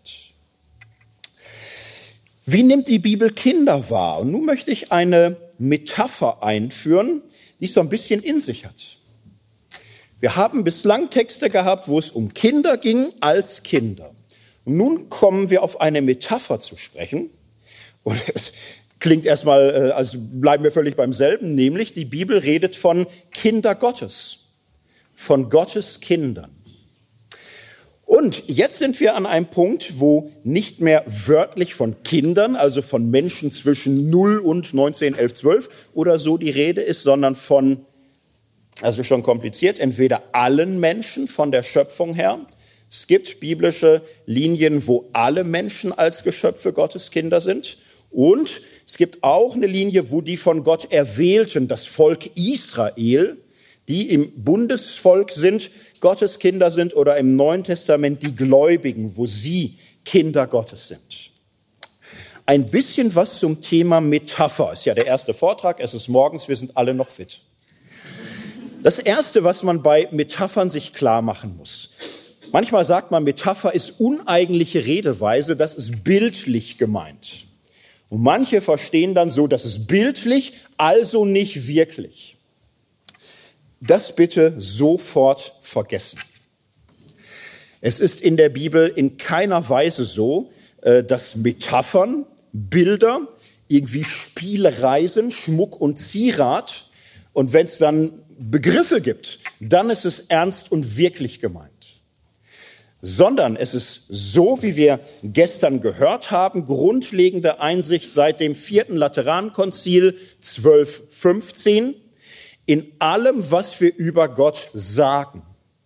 Wie nimmt die Bibel Kinder wahr? Und nun möchte ich eine Metapher einführen, die es so ein bisschen in sich hat. Wir haben bislang Texte gehabt, wo es um Kinder ging als Kinder. Und nun kommen wir auf eine Metapher zu sprechen. Und es klingt erstmal, also bleiben wir völlig beim selben, nämlich die Bibel redet von Kinder Gottes, von Gottes Kindern. Und jetzt sind wir an einem Punkt, wo nicht mehr wörtlich von Kindern, also von Menschen zwischen 0 und 19, 11, 12 oder so die Rede ist, sondern von, also schon kompliziert, entweder allen Menschen von der Schöpfung her. Es gibt biblische Linien, wo alle Menschen als Geschöpfe Gottes Kinder sind. Und es gibt auch eine Linie, wo die von Gott Erwählten, das Volk Israel, die im Bundesvolk sind, Gottes Kinder sind, oder im Neuen Testament die Gläubigen, wo sie Kinder Gottes sind. Ein bisschen was zum Thema Metapher. Ist ja der erste Vortrag, es ist morgens, wir sind alle noch fit. Das Erste, was man bei Metaphern sich klar machen muss. Manchmal sagt man, Metapher ist uneigentliche Redeweise, das ist bildlich gemeint. Und manche verstehen dann so, das ist bildlich, also nicht wirklich. Das bitte sofort vergessen. Es ist in der Bibel in keiner Weise so, dass Metaphern, Bilder, irgendwie Spielereien sind, Schmuck und Zierat. Und wenn es dann Begriffe gibt, dann ist es ernst und wirklich gemeint. Sondern es ist so, wie wir gestern gehört haben, grundlegende Einsicht seit dem 4. Laterankonzil 1215. In allem, was wir über Gott sagen,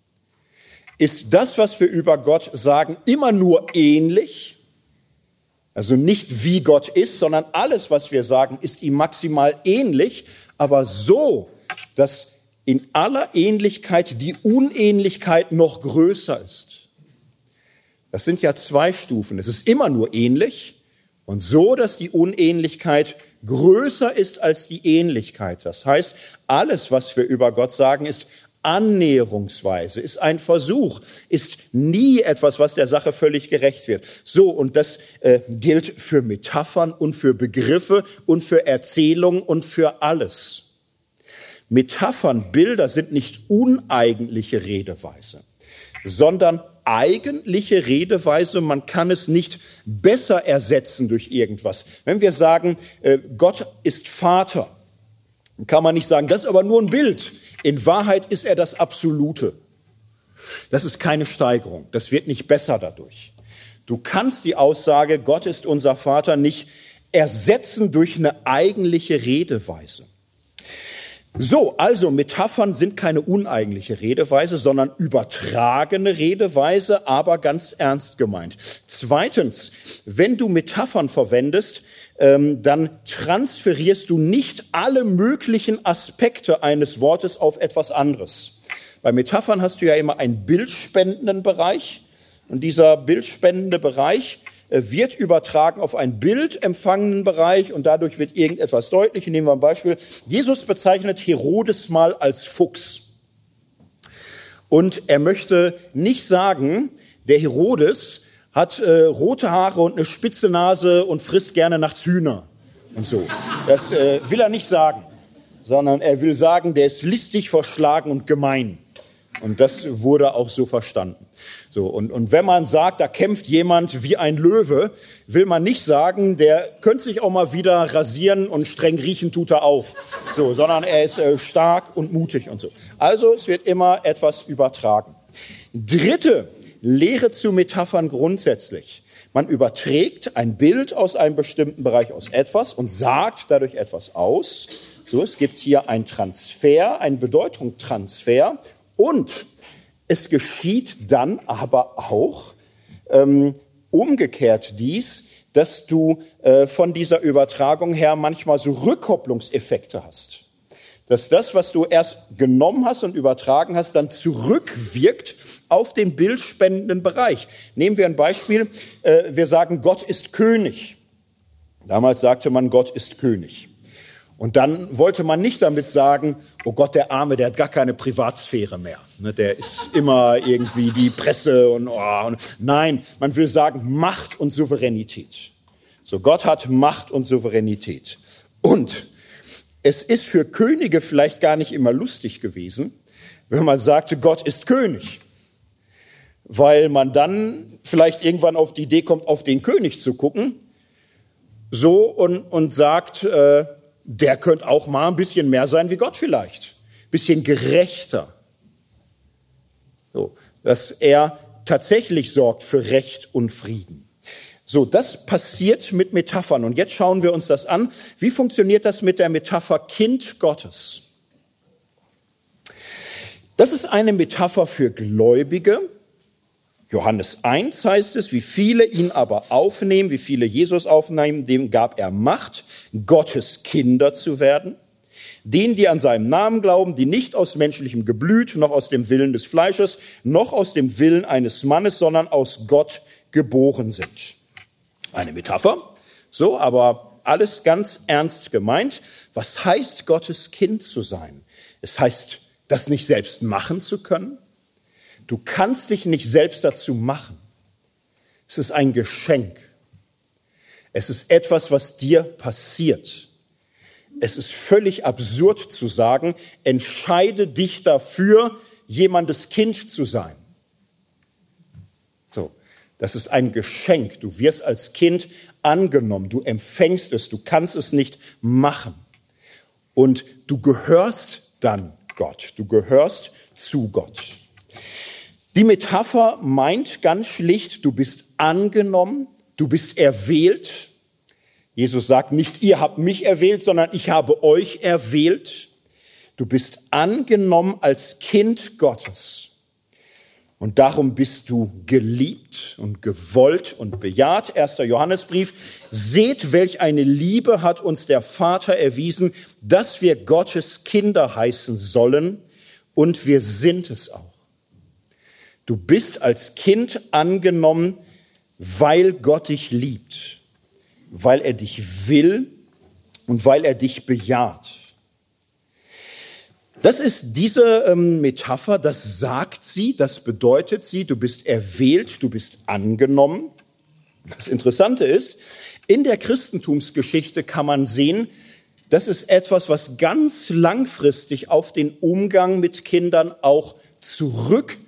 ist das, was wir über Gott sagen, immer nur ähnlich, also nicht wie Gott ist, sondern alles, was wir sagen, ist ihm maximal ähnlich, aber so, dass in aller Ähnlichkeit die Unähnlichkeit noch größer ist. Das sind ja 2 Stufen. Es ist immer nur ähnlich und so, dass die Unähnlichkeit größer ist als die Ähnlichkeit. Das heißt, alles, was wir über Gott sagen, ist annäherungsweise, ist ein Versuch, ist nie etwas, was der Sache völlig gerecht wird. So, und das gilt für Metaphern und für Begriffe und für Erzählungen und für alles. Metaphern, Bilder sind nicht uneigentliche Redeweise, sondern eigentliche Redeweise. Man kann es nicht besser ersetzen durch irgendwas. Wenn wir sagen, Gott ist Vater, kann man nicht sagen, das ist aber nur ein Bild. In Wahrheit ist er das Absolute. Das ist keine Steigerung. Das wird nicht besser dadurch. Du kannst die Aussage, Gott ist unser Vater, nicht ersetzen durch eine eigentliche Redeweise. So, also Metaphern sind keine uneigentliche Redeweise, sondern übertragene Redeweise, aber ganz ernst gemeint. Zweitens, wenn du Metaphern verwendest, dann transferierst du nicht alle möglichen Aspekte eines Wortes auf etwas anderes. Bei Metaphern hast du ja immer einen bildspendenden Bereich und dieser bildspendende Bereich wird übertragen auf einen bildempfangenen Bereich und dadurch wird irgendetwas deutlich. Nehmen wir ein Beispiel. Jesus bezeichnet Herodes mal als Fuchs. Und er möchte nicht sagen, der Herodes hat rote Haare und eine spitze Nase und frisst gerne nachts Hühner und so. Das will er nicht sagen, sondern er will sagen, der ist listig, verschlagen und gemein. Und das wurde auch so verstanden. So, und wenn man sagt, da kämpft jemand wie ein Löwe, will man nicht sagen, der könnte sich auch mal wieder rasieren und streng riechen tut er auch. So, sondern er ist stark und mutig und so. Also es wird immer etwas übertragen. Dritte Lehre zu Metaphern grundsätzlich. Man überträgt ein Bild aus einem bestimmten Bereich aus etwas und sagt dadurch etwas aus. So, es gibt hier einen Transfer, einen Bedeutungstransfer. Und es geschieht dann aber auch umgekehrt dies, dass du von dieser Übertragung her manchmal so Rückkopplungseffekte hast. Dass das, was du erst genommen hast und übertragen hast, dann zurückwirkt auf den bildspendenden Bereich. Nehmen wir ein Beispiel. Wir sagen, Gott ist König. Damals sagte man, Gott ist König. Und dann wollte man nicht damit sagen, oh Gott, der Arme, der hat gar keine Privatsphäre mehr. Der ist immer irgendwie die Presse und nein, man will sagen Macht und Souveränität. So, Gott hat Macht und Souveränität. Und es ist für Könige vielleicht gar nicht immer lustig gewesen, wenn man sagte, Gott ist König. Weil man dann vielleicht irgendwann auf die Idee kommt, auf den König zu gucken. So und sagt, der könnte auch mal ein bisschen mehr sein wie Gott vielleicht. Ein bisschen gerechter. So, dass er tatsächlich sorgt für Recht und Frieden. So, das passiert mit Metaphern. Und jetzt schauen wir uns das an. Wie funktioniert das mit der Metapher Kind Gottes? Das ist eine Metapher für Gläubige. Johannes 1 heißt es, wie viele ihn aber aufnehmen, wie viele Jesus aufnehmen, dem gab er Macht, Gottes Kinder zu werden. Denen, die an seinem Namen glauben, die nicht aus menschlichem Geblüt, noch aus dem Willen des Fleisches, noch aus dem Willen eines Mannes, sondern aus Gott geboren sind. Eine Metapher, so, aber alles ganz ernst gemeint. Was heißt, Gottes Kind zu sein? Es heißt, das nicht selbst machen zu können. Du kannst dich nicht selbst dazu machen. Es ist ein Geschenk. Es ist etwas, was dir passiert. Es ist völlig absurd zu sagen, entscheide dich dafür, jemandes Kind zu sein. So, das ist ein Geschenk. Du wirst als Kind angenommen. Du empfängst es. Du kannst es nicht machen. Und du gehörst dann Gott. Du gehörst zu Gott. Die Metapher meint ganz schlicht, du bist angenommen, du bist erwählt. Jesus sagt nicht, ihr habt mich erwählt, sondern ich habe euch erwählt. Du bist angenommen als Kind Gottes. Und darum bist du geliebt und gewollt und bejaht. 1. Johannesbrief. Seht, welch eine Liebe hat uns der Vater erwiesen, dass wir Gottes Kinder heißen sollen. Und wir sind es auch. Du bist als Kind angenommen, weil Gott dich liebt, weil er dich will und weil er dich bejaht. Das ist diese Metapher, das sagt sie, das bedeutet sie, du bist erwählt, du bist angenommen. Das Interessante ist, in der Christentumsgeschichte kann man sehen, das ist etwas, was ganz langfristig auf den Umgang mit Kindern auch zurückwirkt.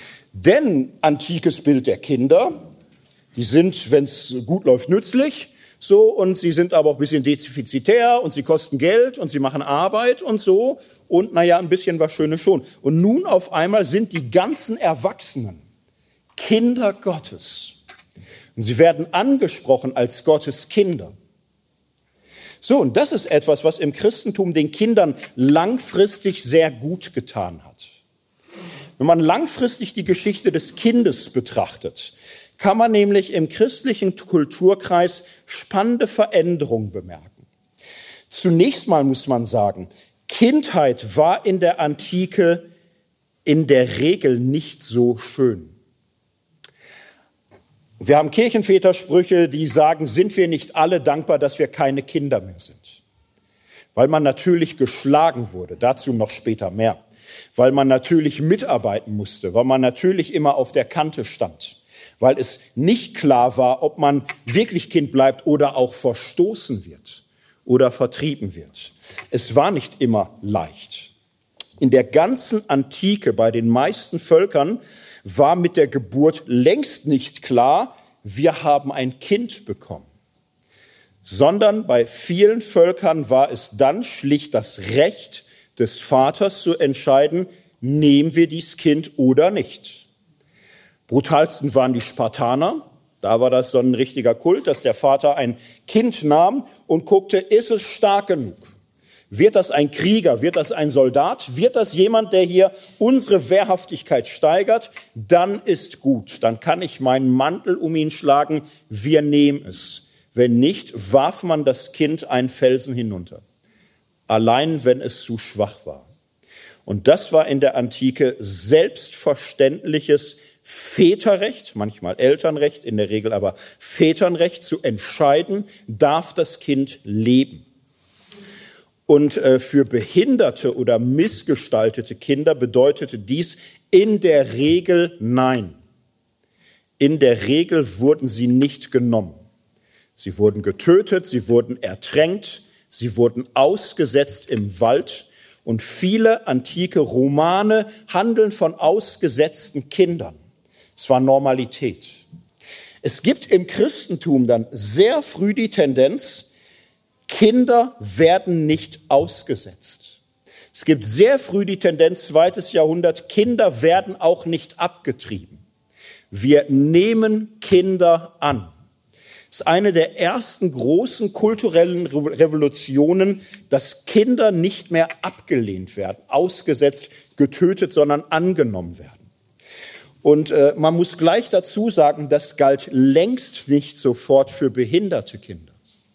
Denn antikes Bild der Kinder, die sind, wenn es gut läuft, nützlich. So, und sie sind aber auch ein bisschen defizitär und sie kosten Geld und sie machen Arbeit und so. Und naja, ein bisschen was Schönes schon. Und nun auf einmal sind die ganzen Erwachsenen Kinder Gottes. Und sie werden angesprochen als Gottes Kinder. So, und das ist etwas, was im Christentum den Kindern langfristig sehr gut getan hat. Wenn man langfristig die Geschichte des Kindes betrachtet, kann man nämlich im christlichen Kulturkreis spannende Veränderungen bemerken. Zunächst mal muss man sagen, Kindheit war in der Antike in der Regel nicht so schön. Wir haben Kirchenvätersprüche, die sagen, sind wir nicht alle dankbar, dass wir keine Kinder mehr sind? Weil man natürlich geschlagen wurde, dazu noch später mehr. Weil man natürlich mitarbeiten musste, weil man natürlich immer auf der Kante stand. Weil es nicht klar war, ob man wirklich Kind bleibt oder auch verstoßen wird oder vertrieben wird. Es war nicht immer leicht. In der ganzen Antike bei den meisten Völkern war mit der Geburt längst nicht klar, wir haben ein Kind bekommen. Sondern bei vielen Völkern war es dann schlicht das Recht des Vaters zu entscheiden, nehmen wir dieses Kind oder nicht. Brutalsten waren die Spartaner. Da war das so ein richtiger Kult, dass der Vater ein Kind nahm und guckte, ist es stark genug? Wird das ein Krieger? Wird das ein Soldat? Wird das jemand, der hier unsere Wehrhaftigkeit steigert? Dann ist gut. Dann kann ich meinen Mantel um ihn schlagen. Wir nehmen es. Wenn nicht, warf man das Kind einen Felsen hinunter. Allein wenn es zu schwach war. Und das war in der Antike selbstverständliches Väterrecht, manchmal Elternrecht, in der Regel aber Väternrecht, zu entscheiden, darf das Kind leben. Und für behinderte oder missgestaltete Kinder bedeutete dies in der Regel nein. In der Regel wurden sie nicht genommen. Sie wurden getötet, sie wurden ertränkt, sie wurden ausgesetzt im Wald. Und viele antike Romane handeln von ausgesetzten Kindern. Es war Normalität. Es gibt im Christentum dann sehr früh die Tendenz, Kinder werden nicht ausgesetzt. Es gibt sehr früh die Tendenz, 2. Jahrhundert, Kinder werden auch nicht abgetrieben. Wir nehmen Kinder an. Es ist eine der ersten großen kulturellen Revolutionen, dass Kinder nicht mehr abgelehnt werden, ausgesetzt, getötet, sondern angenommen werden. Und man muss gleich dazu sagen, das galt längst nicht sofort für behinderte Kinder.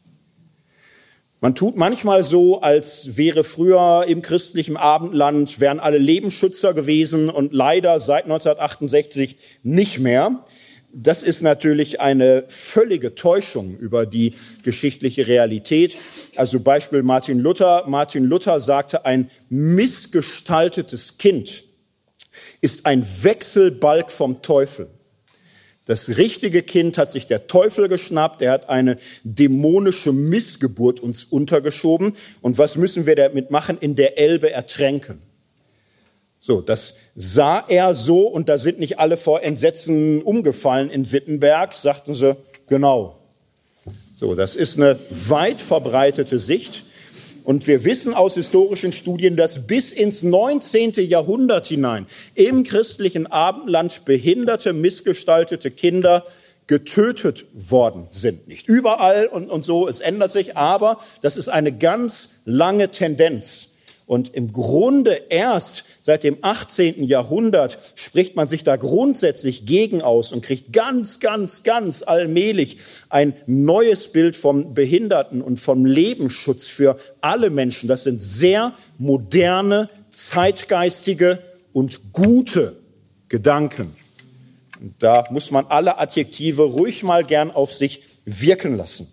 Man tut manchmal so, als wäre früher im christlichen Abendland, wären alle Lebensschützer gewesen und leider seit 1968 nicht mehr. Das ist natürlich eine völlige Täuschung über die geschichtliche Realität. Also Beispiel Martin Luther. Martin Luther sagte, ein missgestaltetes Kind ist ein Wechselbalg vom Teufel. Das richtige Kind hat sich der Teufel geschnappt, er hat eine dämonische Missgeburt uns untergeschoben. Und was müssen wir damit machen? In der Elbe ertränken. So, das sah er so und da sind nicht alle vor Entsetzen umgefallen in Wittenberg, sagten sie, genau. So, das ist eine weit verbreitete Sicht. Und wir wissen aus historischen Studien, dass bis ins 19. Jahrhundert hinein im christlichen Abendland behinderte, missgestaltete Kinder getötet worden sind. Nicht überall und so, es ändert sich, aber das ist eine ganz lange Tendenz. Und im Grunde erst seit dem 18. Jahrhundert spricht man sich da grundsätzlich gegen aus und kriegt ganz allmählich ein neues Bild vom Behinderten und vom Lebensschutz für alle Menschen. Das sind sehr moderne, zeitgeistige und gute Gedanken. Und da muss man alle Adjektive ruhig mal gern auf sich wirken lassen.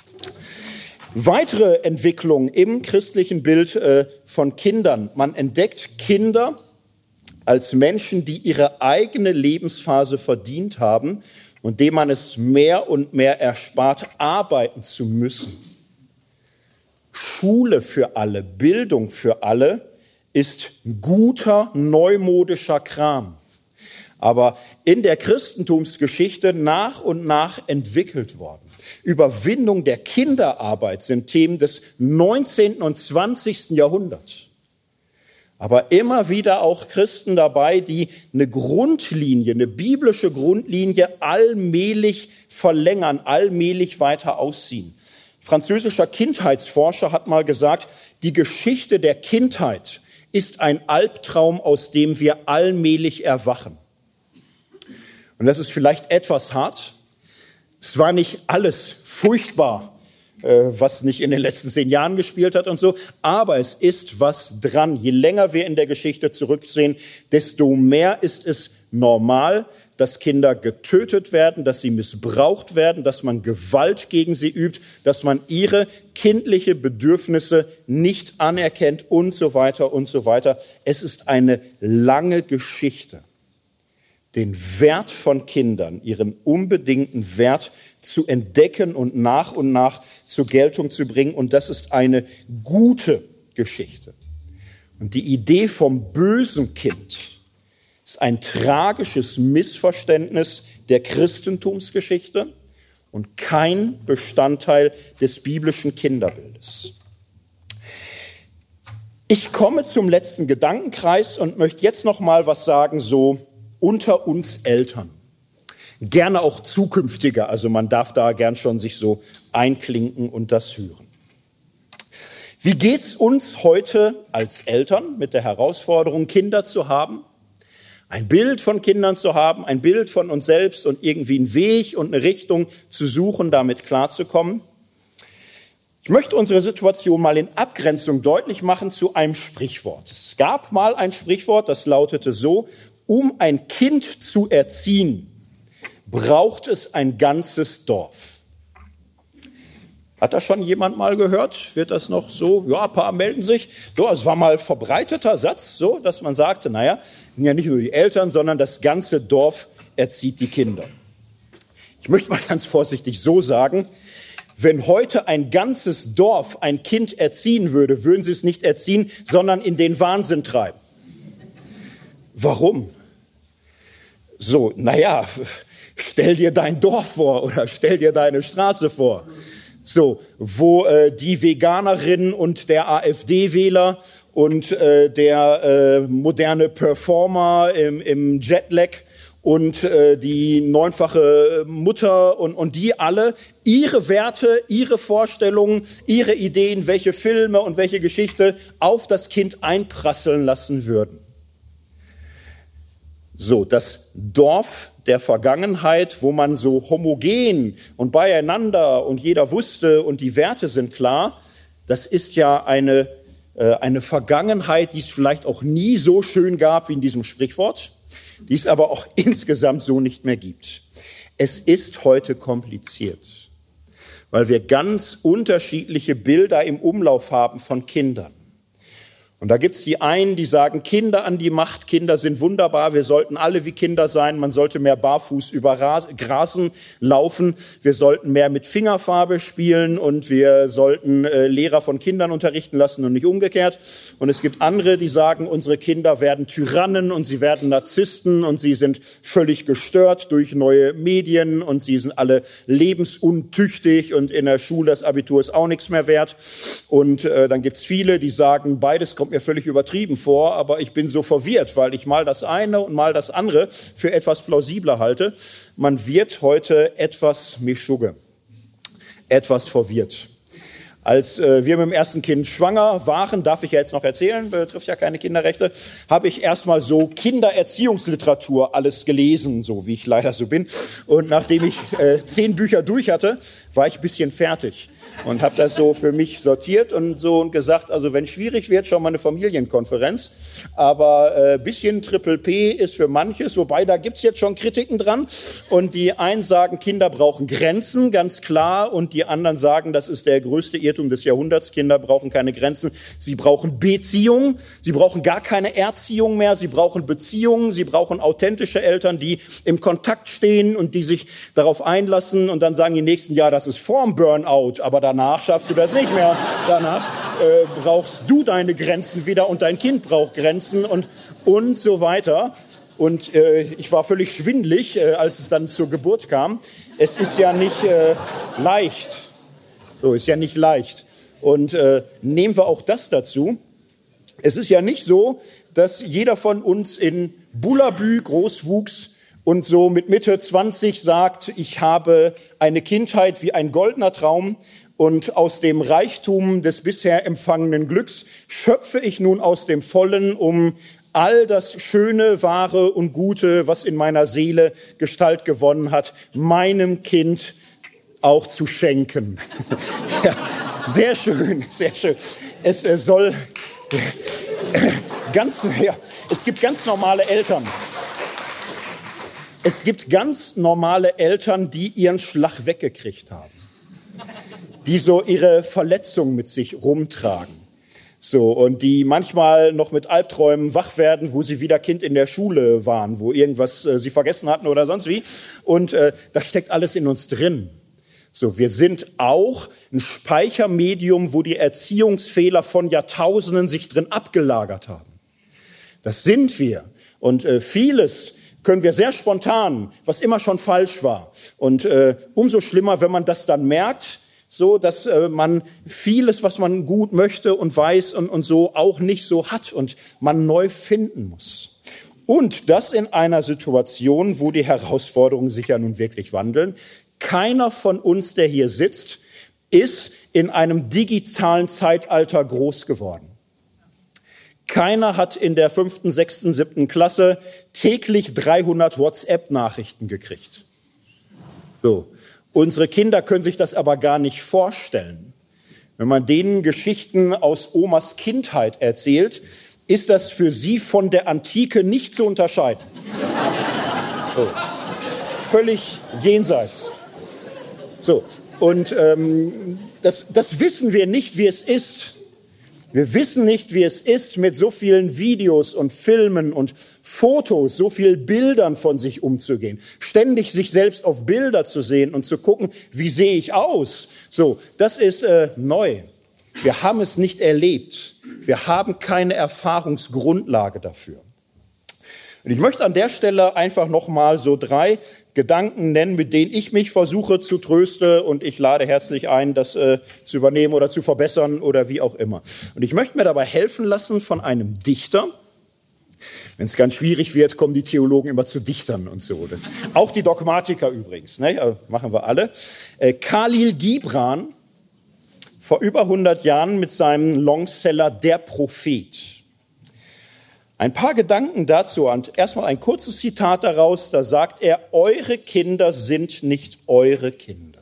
Weitere Entwicklung im christlichen Bild von Kindern. Man entdeckt Kinder als Menschen, die ihre eigene Lebensphase verdient haben und denen man es mehr und mehr erspart, arbeiten zu müssen. Schule für alle, Bildung für alle ist guter, neumodischer Kram, aber in der Christentumsgeschichte nach und nach entwickelt worden. Überwindung der Kinderarbeit sind Themen des 19. und 20. Jahrhunderts. Aber immer wieder auch Christen dabei, die eine Grundlinie, eine biblische Grundlinie allmählich verlängern, allmählich weiter ausziehen. Französischer Kindheitsforscher hat mal gesagt, die Geschichte der Kindheit ist ein Albtraum, aus dem wir allmählich erwachen. Und das ist vielleicht etwas hart. Es war nicht alles furchtbar, was nicht in den letzten 10 Jahren gespielt hat und so. Aber es ist was dran. Je länger wir in der Geschichte zurücksehen, desto mehr ist es normal, dass Kinder getötet werden, dass sie missbraucht werden, dass man Gewalt gegen sie übt, dass man ihre kindliche Bedürfnisse nicht anerkennt und so weiter und so weiter. Es ist eine lange Geschichte, den Wert von Kindern, ihren unbedingten Wert zu entdecken und nach zur Geltung zu bringen. Und das ist eine gute Geschichte. Und die Idee vom bösen Kind ist ein tragisches Missverständnis der Christentumsgeschichte und kein Bestandteil des biblischen Kinderbildes. Ich komme zum letzten Gedankenkreis und möchte jetzt noch mal was sagen, so unter uns Eltern. Gerne auch zukünftiger, also man darf da gern schon sich so einklinken und das hören. Wie geht's uns heute als Eltern mit der Herausforderung, Kinder zu haben? Ein Bild von Kindern zu haben, ein Bild von uns selbst und irgendwie einen Weg und eine Richtung zu suchen, damit klarzukommen. Ich möchte unsere Situation mal in Abgrenzung deutlich machen zu einem Sprichwort. Es gab mal ein Sprichwort, das lautete so: Um ein Kind zu erziehen, braucht es ein ganzes Dorf. Hat das schon jemand mal gehört? Wird das noch so? Ja, ein paar melden sich. So, es war mal verbreiteter Satz, so, dass man sagte, naja, ja nicht nur die Eltern, sondern das ganze Dorf erzieht die Kinder. Ich möchte mal ganz vorsichtig so sagen, wenn heute ein ganzes Dorf ein Kind erziehen würde, würden sie es nicht erziehen, sondern in den Wahnsinn treiben. Warum? So, naja, stell dir dein Dorf vor oder stell dir deine Straße vor. So, wo die Veganerin und der AfD-Wähler und der moderne Performer im Jetlag und die 9-fache Mutter und die alle ihre Werte, ihre Vorstellungen, ihre Ideen, welche Filme und welche Geschichte auf das Kind einprasseln lassen würden. So, das Dorf der Vergangenheit, wo man so homogen und beieinander und jeder wusste und die Werte sind klar, das ist ja eine Vergangenheit, die es vielleicht auch nie so schön gab wie in diesem Sprichwort, die es aber auch insgesamt so nicht mehr gibt. Es ist heute kompliziert, weil wir ganz unterschiedliche Bilder im Umlauf haben von Kindern. Und da gibt's die einen, die sagen, Kinder an die Macht, Kinder sind wunderbar, wir sollten alle wie Kinder sein, man sollte mehr barfuß über Grasen laufen, wir sollten mehr mit Fingerfarbe spielen und wir sollten Lehrer von Kindern unterrichten lassen und nicht umgekehrt. Und es gibt andere, die sagen, unsere Kinder werden Tyrannen und sie werden Narzissten und sie sind völlig gestört durch neue Medien und sie sind alle lebensuntüchtig und in der Schule das Abitur ist auch nichts mehr wert. Und dann gibt's viele, die sagen, beides kommt mir völlig übertrieben vor, aber ich bin so verwirrt, weil ich mal das eine und mal das andere für etwas plausibler halte. Man wird heute etwas Meschugge, etwas verwirrt. Als wir mit dem ersten Kind schwanger waren, darf ich ja jetzt noch erzählen, betrifft ja keine Kinderrechte, habe ich erstmal so Kindererziehungsliteratur alles gelesen, so wie ich leider so bin. Und nachdem ich 10 Bücher durch hatte, war ich ein bisschen fertig. Und habe das so für mich sortiert und so und gesagt, also wenn schwierig wird, schon mal eine Familienkonferenz. Aber bisschen Triple P ist für manches, wobei da gibt's jetzt schon Kritiken dran. Und die einen sagen, Kinder brauchen Grenzen, ganz klar. Und die anderen sagen, das ist der größte Irrtum des Jahrhunderts. Kinder brauchen keine Grenzen. Sie brauchen Beziehung. Sie brauchen gar keine Erziehung mehr. Sie brauchen Beziehungen. Sie brauchen authentische Eltern, die im Kontakt stehen und die sich darauf einlassen. Und dann sagen die nächsten, ja, das ist vorm Burnout, aber danach schaffst du das nicht mehr. Danach brauchst du deine Grenzen wieder und dein Kind braucht Grenzen und so weiter. und ich war völlig schwindelig, als es dann zur Geburt kam. Es ist ja nicht leicht. So, ist ja nicht leicht. Und nehmen wir auch das dazu. Es ist ja nicht so, dass jeder von uns in Bullabü groß wuchs und so mit Mitte 20 sagt, ich habe eine Kindheit wie ein goldener Traum und aus dem Reichtum des bisher empfangenen Glücks schöpfe ich nun aus dem Vollen, um all das Schöne, Wahre und Gute, was in meiner Seele Gestalt gewonnen hat, meinem Kind auch zu schenken. Ja, sehr schön, sehr schön. Es soll es gibt ganz normale Eltern. Es gibt ganz normale Eltern, die ihren Schlag weggekriegt haben, die so ihre Verletzung mit sich rumtragen. So, und die manchmal noch mit Albträumen wach werden, wo sie wieder Kind in der Schule waren, wo irgendwas sie vergessen hatten oder sonst wie. Und das steckt alles in uns drin. So, wir sind auch ein Speichermedium, wo die Erziehungsfehler von Jahrtausenden sich drin abgelagert haben. Das sind wir. Und vieles können wir sehr spontan, was immer schon falsch war. Und umso schlimmer, wenn man das dann merkt, so dass man vieles, was man gut möchte und weiß und so auch nicht so hat und man neu finden muss. Und das in einer Situation, wo die Herausforderungen sich ja nun wirklich wandeln. Keiner von uns, der hier sitzt, ist in einem digitalen Zeitalter groß geworden. Keiner hat in der 5., 6., 7. Klasse täglich 300 WhatsApp-Nachrichten gekriegt. So. Unsere Kinder können sich das aber gar nicht vorstellen. Wenn man denen Geschichten aus Omas Kindheit erzählt, ist das für sie von der Antike nicht zu unterscheiden. So. Völlig jenseits. So. Und das wissen wir nicht, wie es ist. Wir wissen nicht, wie es ist, mit so vielen Videos und Filmen und Fotos, so vielen Bildern von sich umzugehen. Ständig sich selbst auf Bilder zu sehen und zu gucken, wie sehe ich aus? So, das ist neu. Wir haben es nicht erlebt. Wir haben keine Erfahrungsgrundlage dafür. Und ich möchte an der Stelle einfach nochmal so 3 Gedanken nennen, mit denen ich mich versuche zu trösten, und ich lade herzlich ein, das zu übernehmen oder zu verbessern oder wie auch immer. Und ich möchte mir dabei helfen lassen von einem Dichter. Wenn es ganz schwierig wird, kommen die Theologen immer zu Dichtern und so. Auch die Dogmatiker übrigens, ne? Machen wir alle. Khalil Gibran, vor über 100 Jahren mit seinem Longseller Der Prophet. Ein paar Gedanken dazu und erstmal ein kurzes Zitat daraus, da sagt er, eure Kinder sind nicht eure Kinder.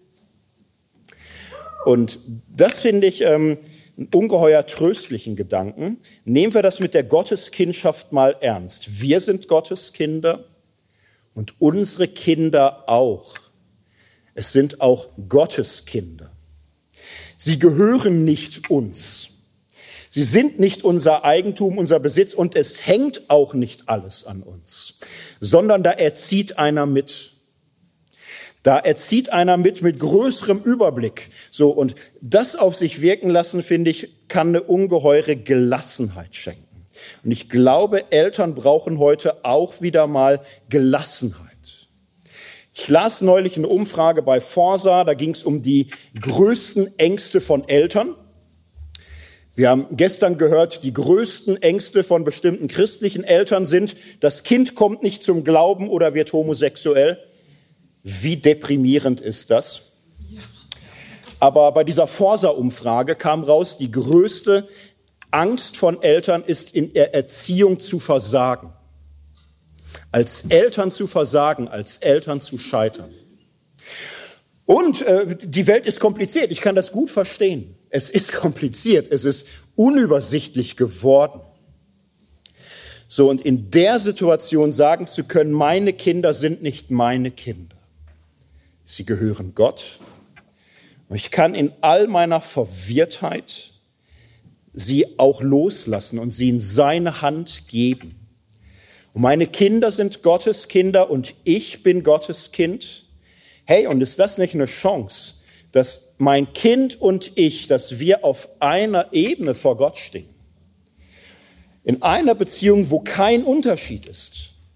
Und das finde ich einen ungeheuer tröstlichen Gedanken. Nehmen wir das mit der Gotteskindschaft mal ernst. Wir sind Gottes Kinder und unsere Kinder auch. Es sind auch Gottes Kinder. Sie gehören nicht uns. Sie sind nicht unser Eigentum, unser Besitz, und es hängt auch nicht alles an uns, sondern da erzieht einer mit. Da erzieht einer mit größerem Überblick. So, und das auf sich wirken lassen, finde ich, kann eine ungeheure Gelassenheit schenken. Und ich glaube, Eltern brauchen heute auch wieder mal Gelassenheit. Ich las neulich eine Umfrage bei Forsa, da ging es um die größten Ängste von Eltern. Wir haben gestern gehört, die größten Ängste von bestimmten christlichen Eltern sind, das Kind kommt nicht zum Glauben oder wird homosexuell. Wie deprimierend ist das? Aber bei dieser Forsa-Umfrage kam raus, die größte Angst von Eltern ist, in der Erziehung zu versagen. Als Eltern zu versagen, als Eltern zu scheitern. Und die Welt ist kompliziert, ich kann das gut verstehen. Es ist kompliziert, es ist unübersichtlich geworden. So, und in der Situation sagen zu können, meine Kinder sind nicht meine Kinder. Sie gehören Gott. Und ich kann in all meiner Verwirrtheit sie auch loslassen und sie in seine Hand geben. Und meine Kinder sind Gottes Kinder und ich bin Gottes Kind. Hey, und ist das nicht eine Chance, dass mein Kind und ich, dass wir auf einer Ebene vor Gott stehen? In einer Beziehung, wo kein Unterschied ist.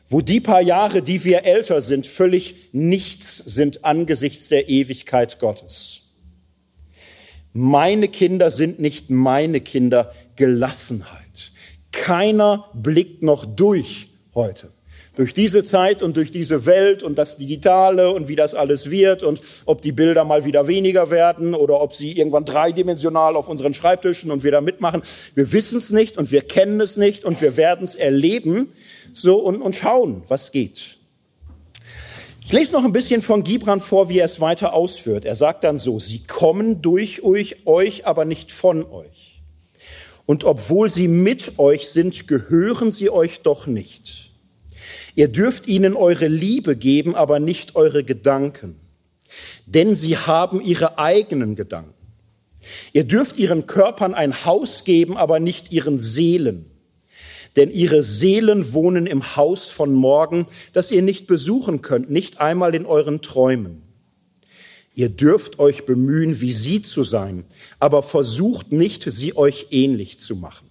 wo die paar Jahre, die wir älter sind, völlig nichts sind angesichts der Ewigkeit Gottes. Meine Kinder sind nicht meine Kinder, Gelassenheit. Keiner blickt noch durch heute. Durch diese Zeit und durch diese Welt und das Digitale und wie das alles wird und ob die Bilder mal wieder weniger werden oder ob sie irgendwann dreidimensional auf unseren Schreibtischen und wir da mitmachen. Wir wissen es nicht und wir kennen es nicht und wir werden es erleben so und schauen, was geht. Ich lese noch ein bisschen von Gibran vor, wie er es weiter ausführt. Er sagt dann so: Sie kommen durch euch, aber nicht von euch. Und obwohl sie mit euch sind, gehören sie euch doch nicht. Ihr dürft ihnen eure Liebe geben, aber nicht eure Gedanken. Denn sie haben ihre eigenen Gedanken. Ihr dürft ihren Körpern ein Haus geben, aber nicht ihren Seelen. Denn ihre Seelen wohnen im Haus von morgen, das ihr nicht besuchen könnt, nicht einmal in euren Träumen. Ihr dürft euch bemühen, wie sie zu sein, aber versucht nicht, sie euch ähnlich zu machen.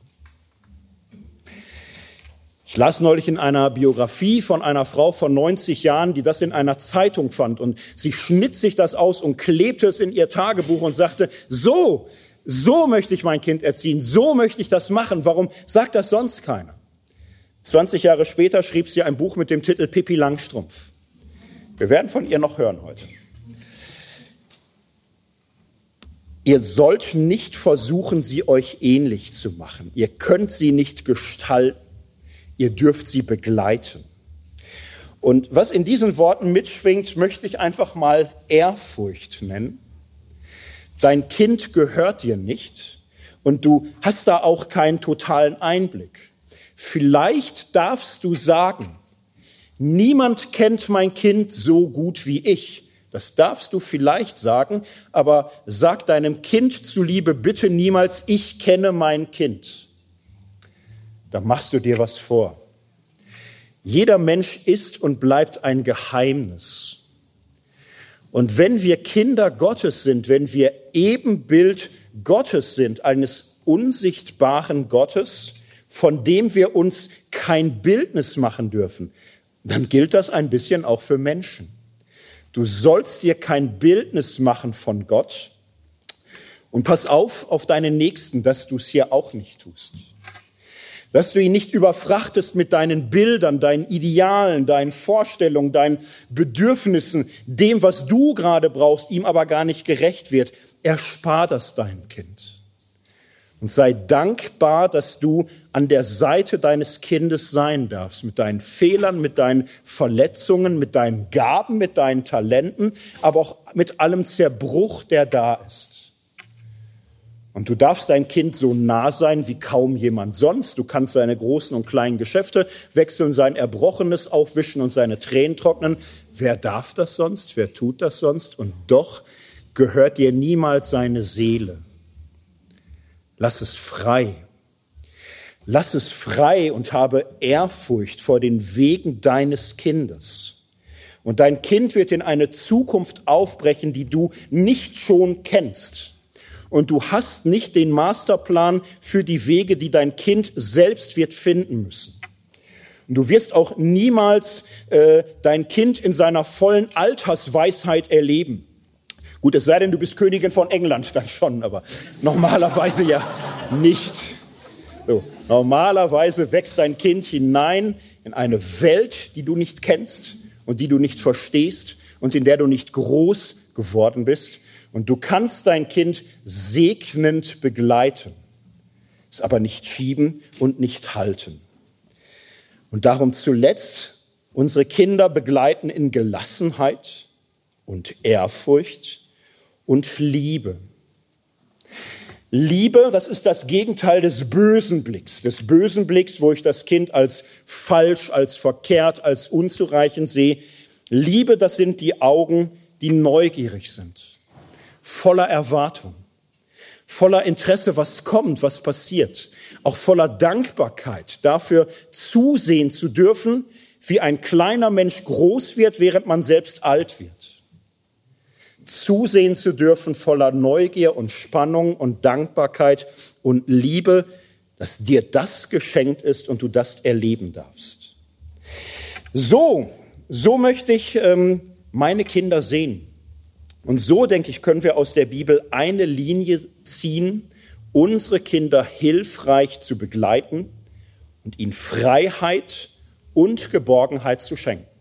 Ich las neulich in einer Biografie von einer Frau von 90 Jahren, die das in einer Zeitung fand. Und sie schnitt sich das aus und klebte es in ihr Tagebuch und sagte, so möchte ich mein Kind erziehen, so möchte ich das machen. Warum sagt das sonst keiner? 20 Jahre später schrieb sie ein Buch mit dem Titel Pippi Langstrumpf. Wir werden von ihr noch hören heute. Ihr sollt nicht versuchen, sie euch ähnlich zu machen. Ihr könnt sie nicht gestalten. Ihr dürft sie begleiten. Und was in diesen Worten mitschwingt, möchte ich einfach mal Ehrfurcht nennen. Dein Kind gehört dir nicht und du hast da auch keinen totalen Einblick. Vielleicht darfst du sagen, niemand kennt mein Kind so gut wie ich. Das darfst du vielleicht sagen, aber sag deinem Kind zuliebe bitte niemals, ich kenne mein Kind. Da machst du dir was vor. Jeder Mensch ist und bleibt ein Geheimnis. Und wenn wir Kinder Gottes sind, wenn wir Ebenbild Gottes sind, eines unsichtbaren Gottes, von dem wir uns kein Bildnis machen dürfen, dann gilt das ein bisschen auch für Menschen. Du sollst dir kein Bildnis machen von Gott und pass auf deinen Nächsten, dass du es hier auch nicht tust. Dass du ihn nicht überfrachtest mit deinen Bildern, deinen Idealen, deinen Vorstellungen, deinen Bedürfnissen, dem, was du gerade brauchst, ihm aber gar nicht gerecht wird. Erspar das deinem Kind. Und sei dankbar, dass du an der Seite deines Kindes sein darfst, mit deinen Fehlern, mit deinen Verletzungen, mit deinen Gaben, mit deinen Talenten, aber auch mit allem Zerbruch, der da ist. Und du darfst dein Kind so nah sein wie kaum jemand sonst. Du kannst seine großen und kleinen Geschäfte wechseln, sein Erbrochenes aufwischen und seine Tränen trocknen. Wer darf das sonst? Wer tut das sonst? Und doch gehört dir niemals seine Seele. Lass es frei. Lass es frei und habe Ehrfurcht vor den Wegen deines Kindes. Und dein Kind wird in eine Zukunft aufbrechen, die du nicht schon kennst. Und du hast nicht den Masterplan für die Wege, die dein Kind selbst wird finden müssen. Und du wirst auch niemals dein Kind in seiner vollen Altersweisheit erleben. Gut, es sei denn, du bist Königin von England, dann schon, aber normalerweise ja nicht. So, normalerweise wächst dein Kind hinein in eine Welt, die du nicht kennst und die du nicht verstehst und in der du nicht groß geworden bist. Und du kannst dein Kind segnend begleiten, es aber nicht schieben und nicht halten. Und darum zuletzt unsere Kinder begleiten in Gelassenheit und Ehrfurcht und Liebe. Liebe, das ist das Gegenteil des bösen Blicks, wo ich das Kind als falsch, als verkehrt, als unzureichend sehe. Liebe, das sind die Augen, die neugierig sind. Voller Erwartung, voller Interesse, was kommt, was passiert, auch voller Dankbarkeit dafür zusehen zu dürfen, wie ein kleiner Mensch groß wird, während man selbst alt wird. Zusehen zu dürfen voller Neugier und Spannung und Dankbarkeit und Liebe, dass dir das geschenkt ist und du das erleben darfst. So möchte ich meine Kinder sehen. Und so, denke ich, können wir aus der Bibel eine Linie ziehen, unsere Kinder hilfreich zu begleiten und ihnen Freiheit und Geborgenheit zu schenken.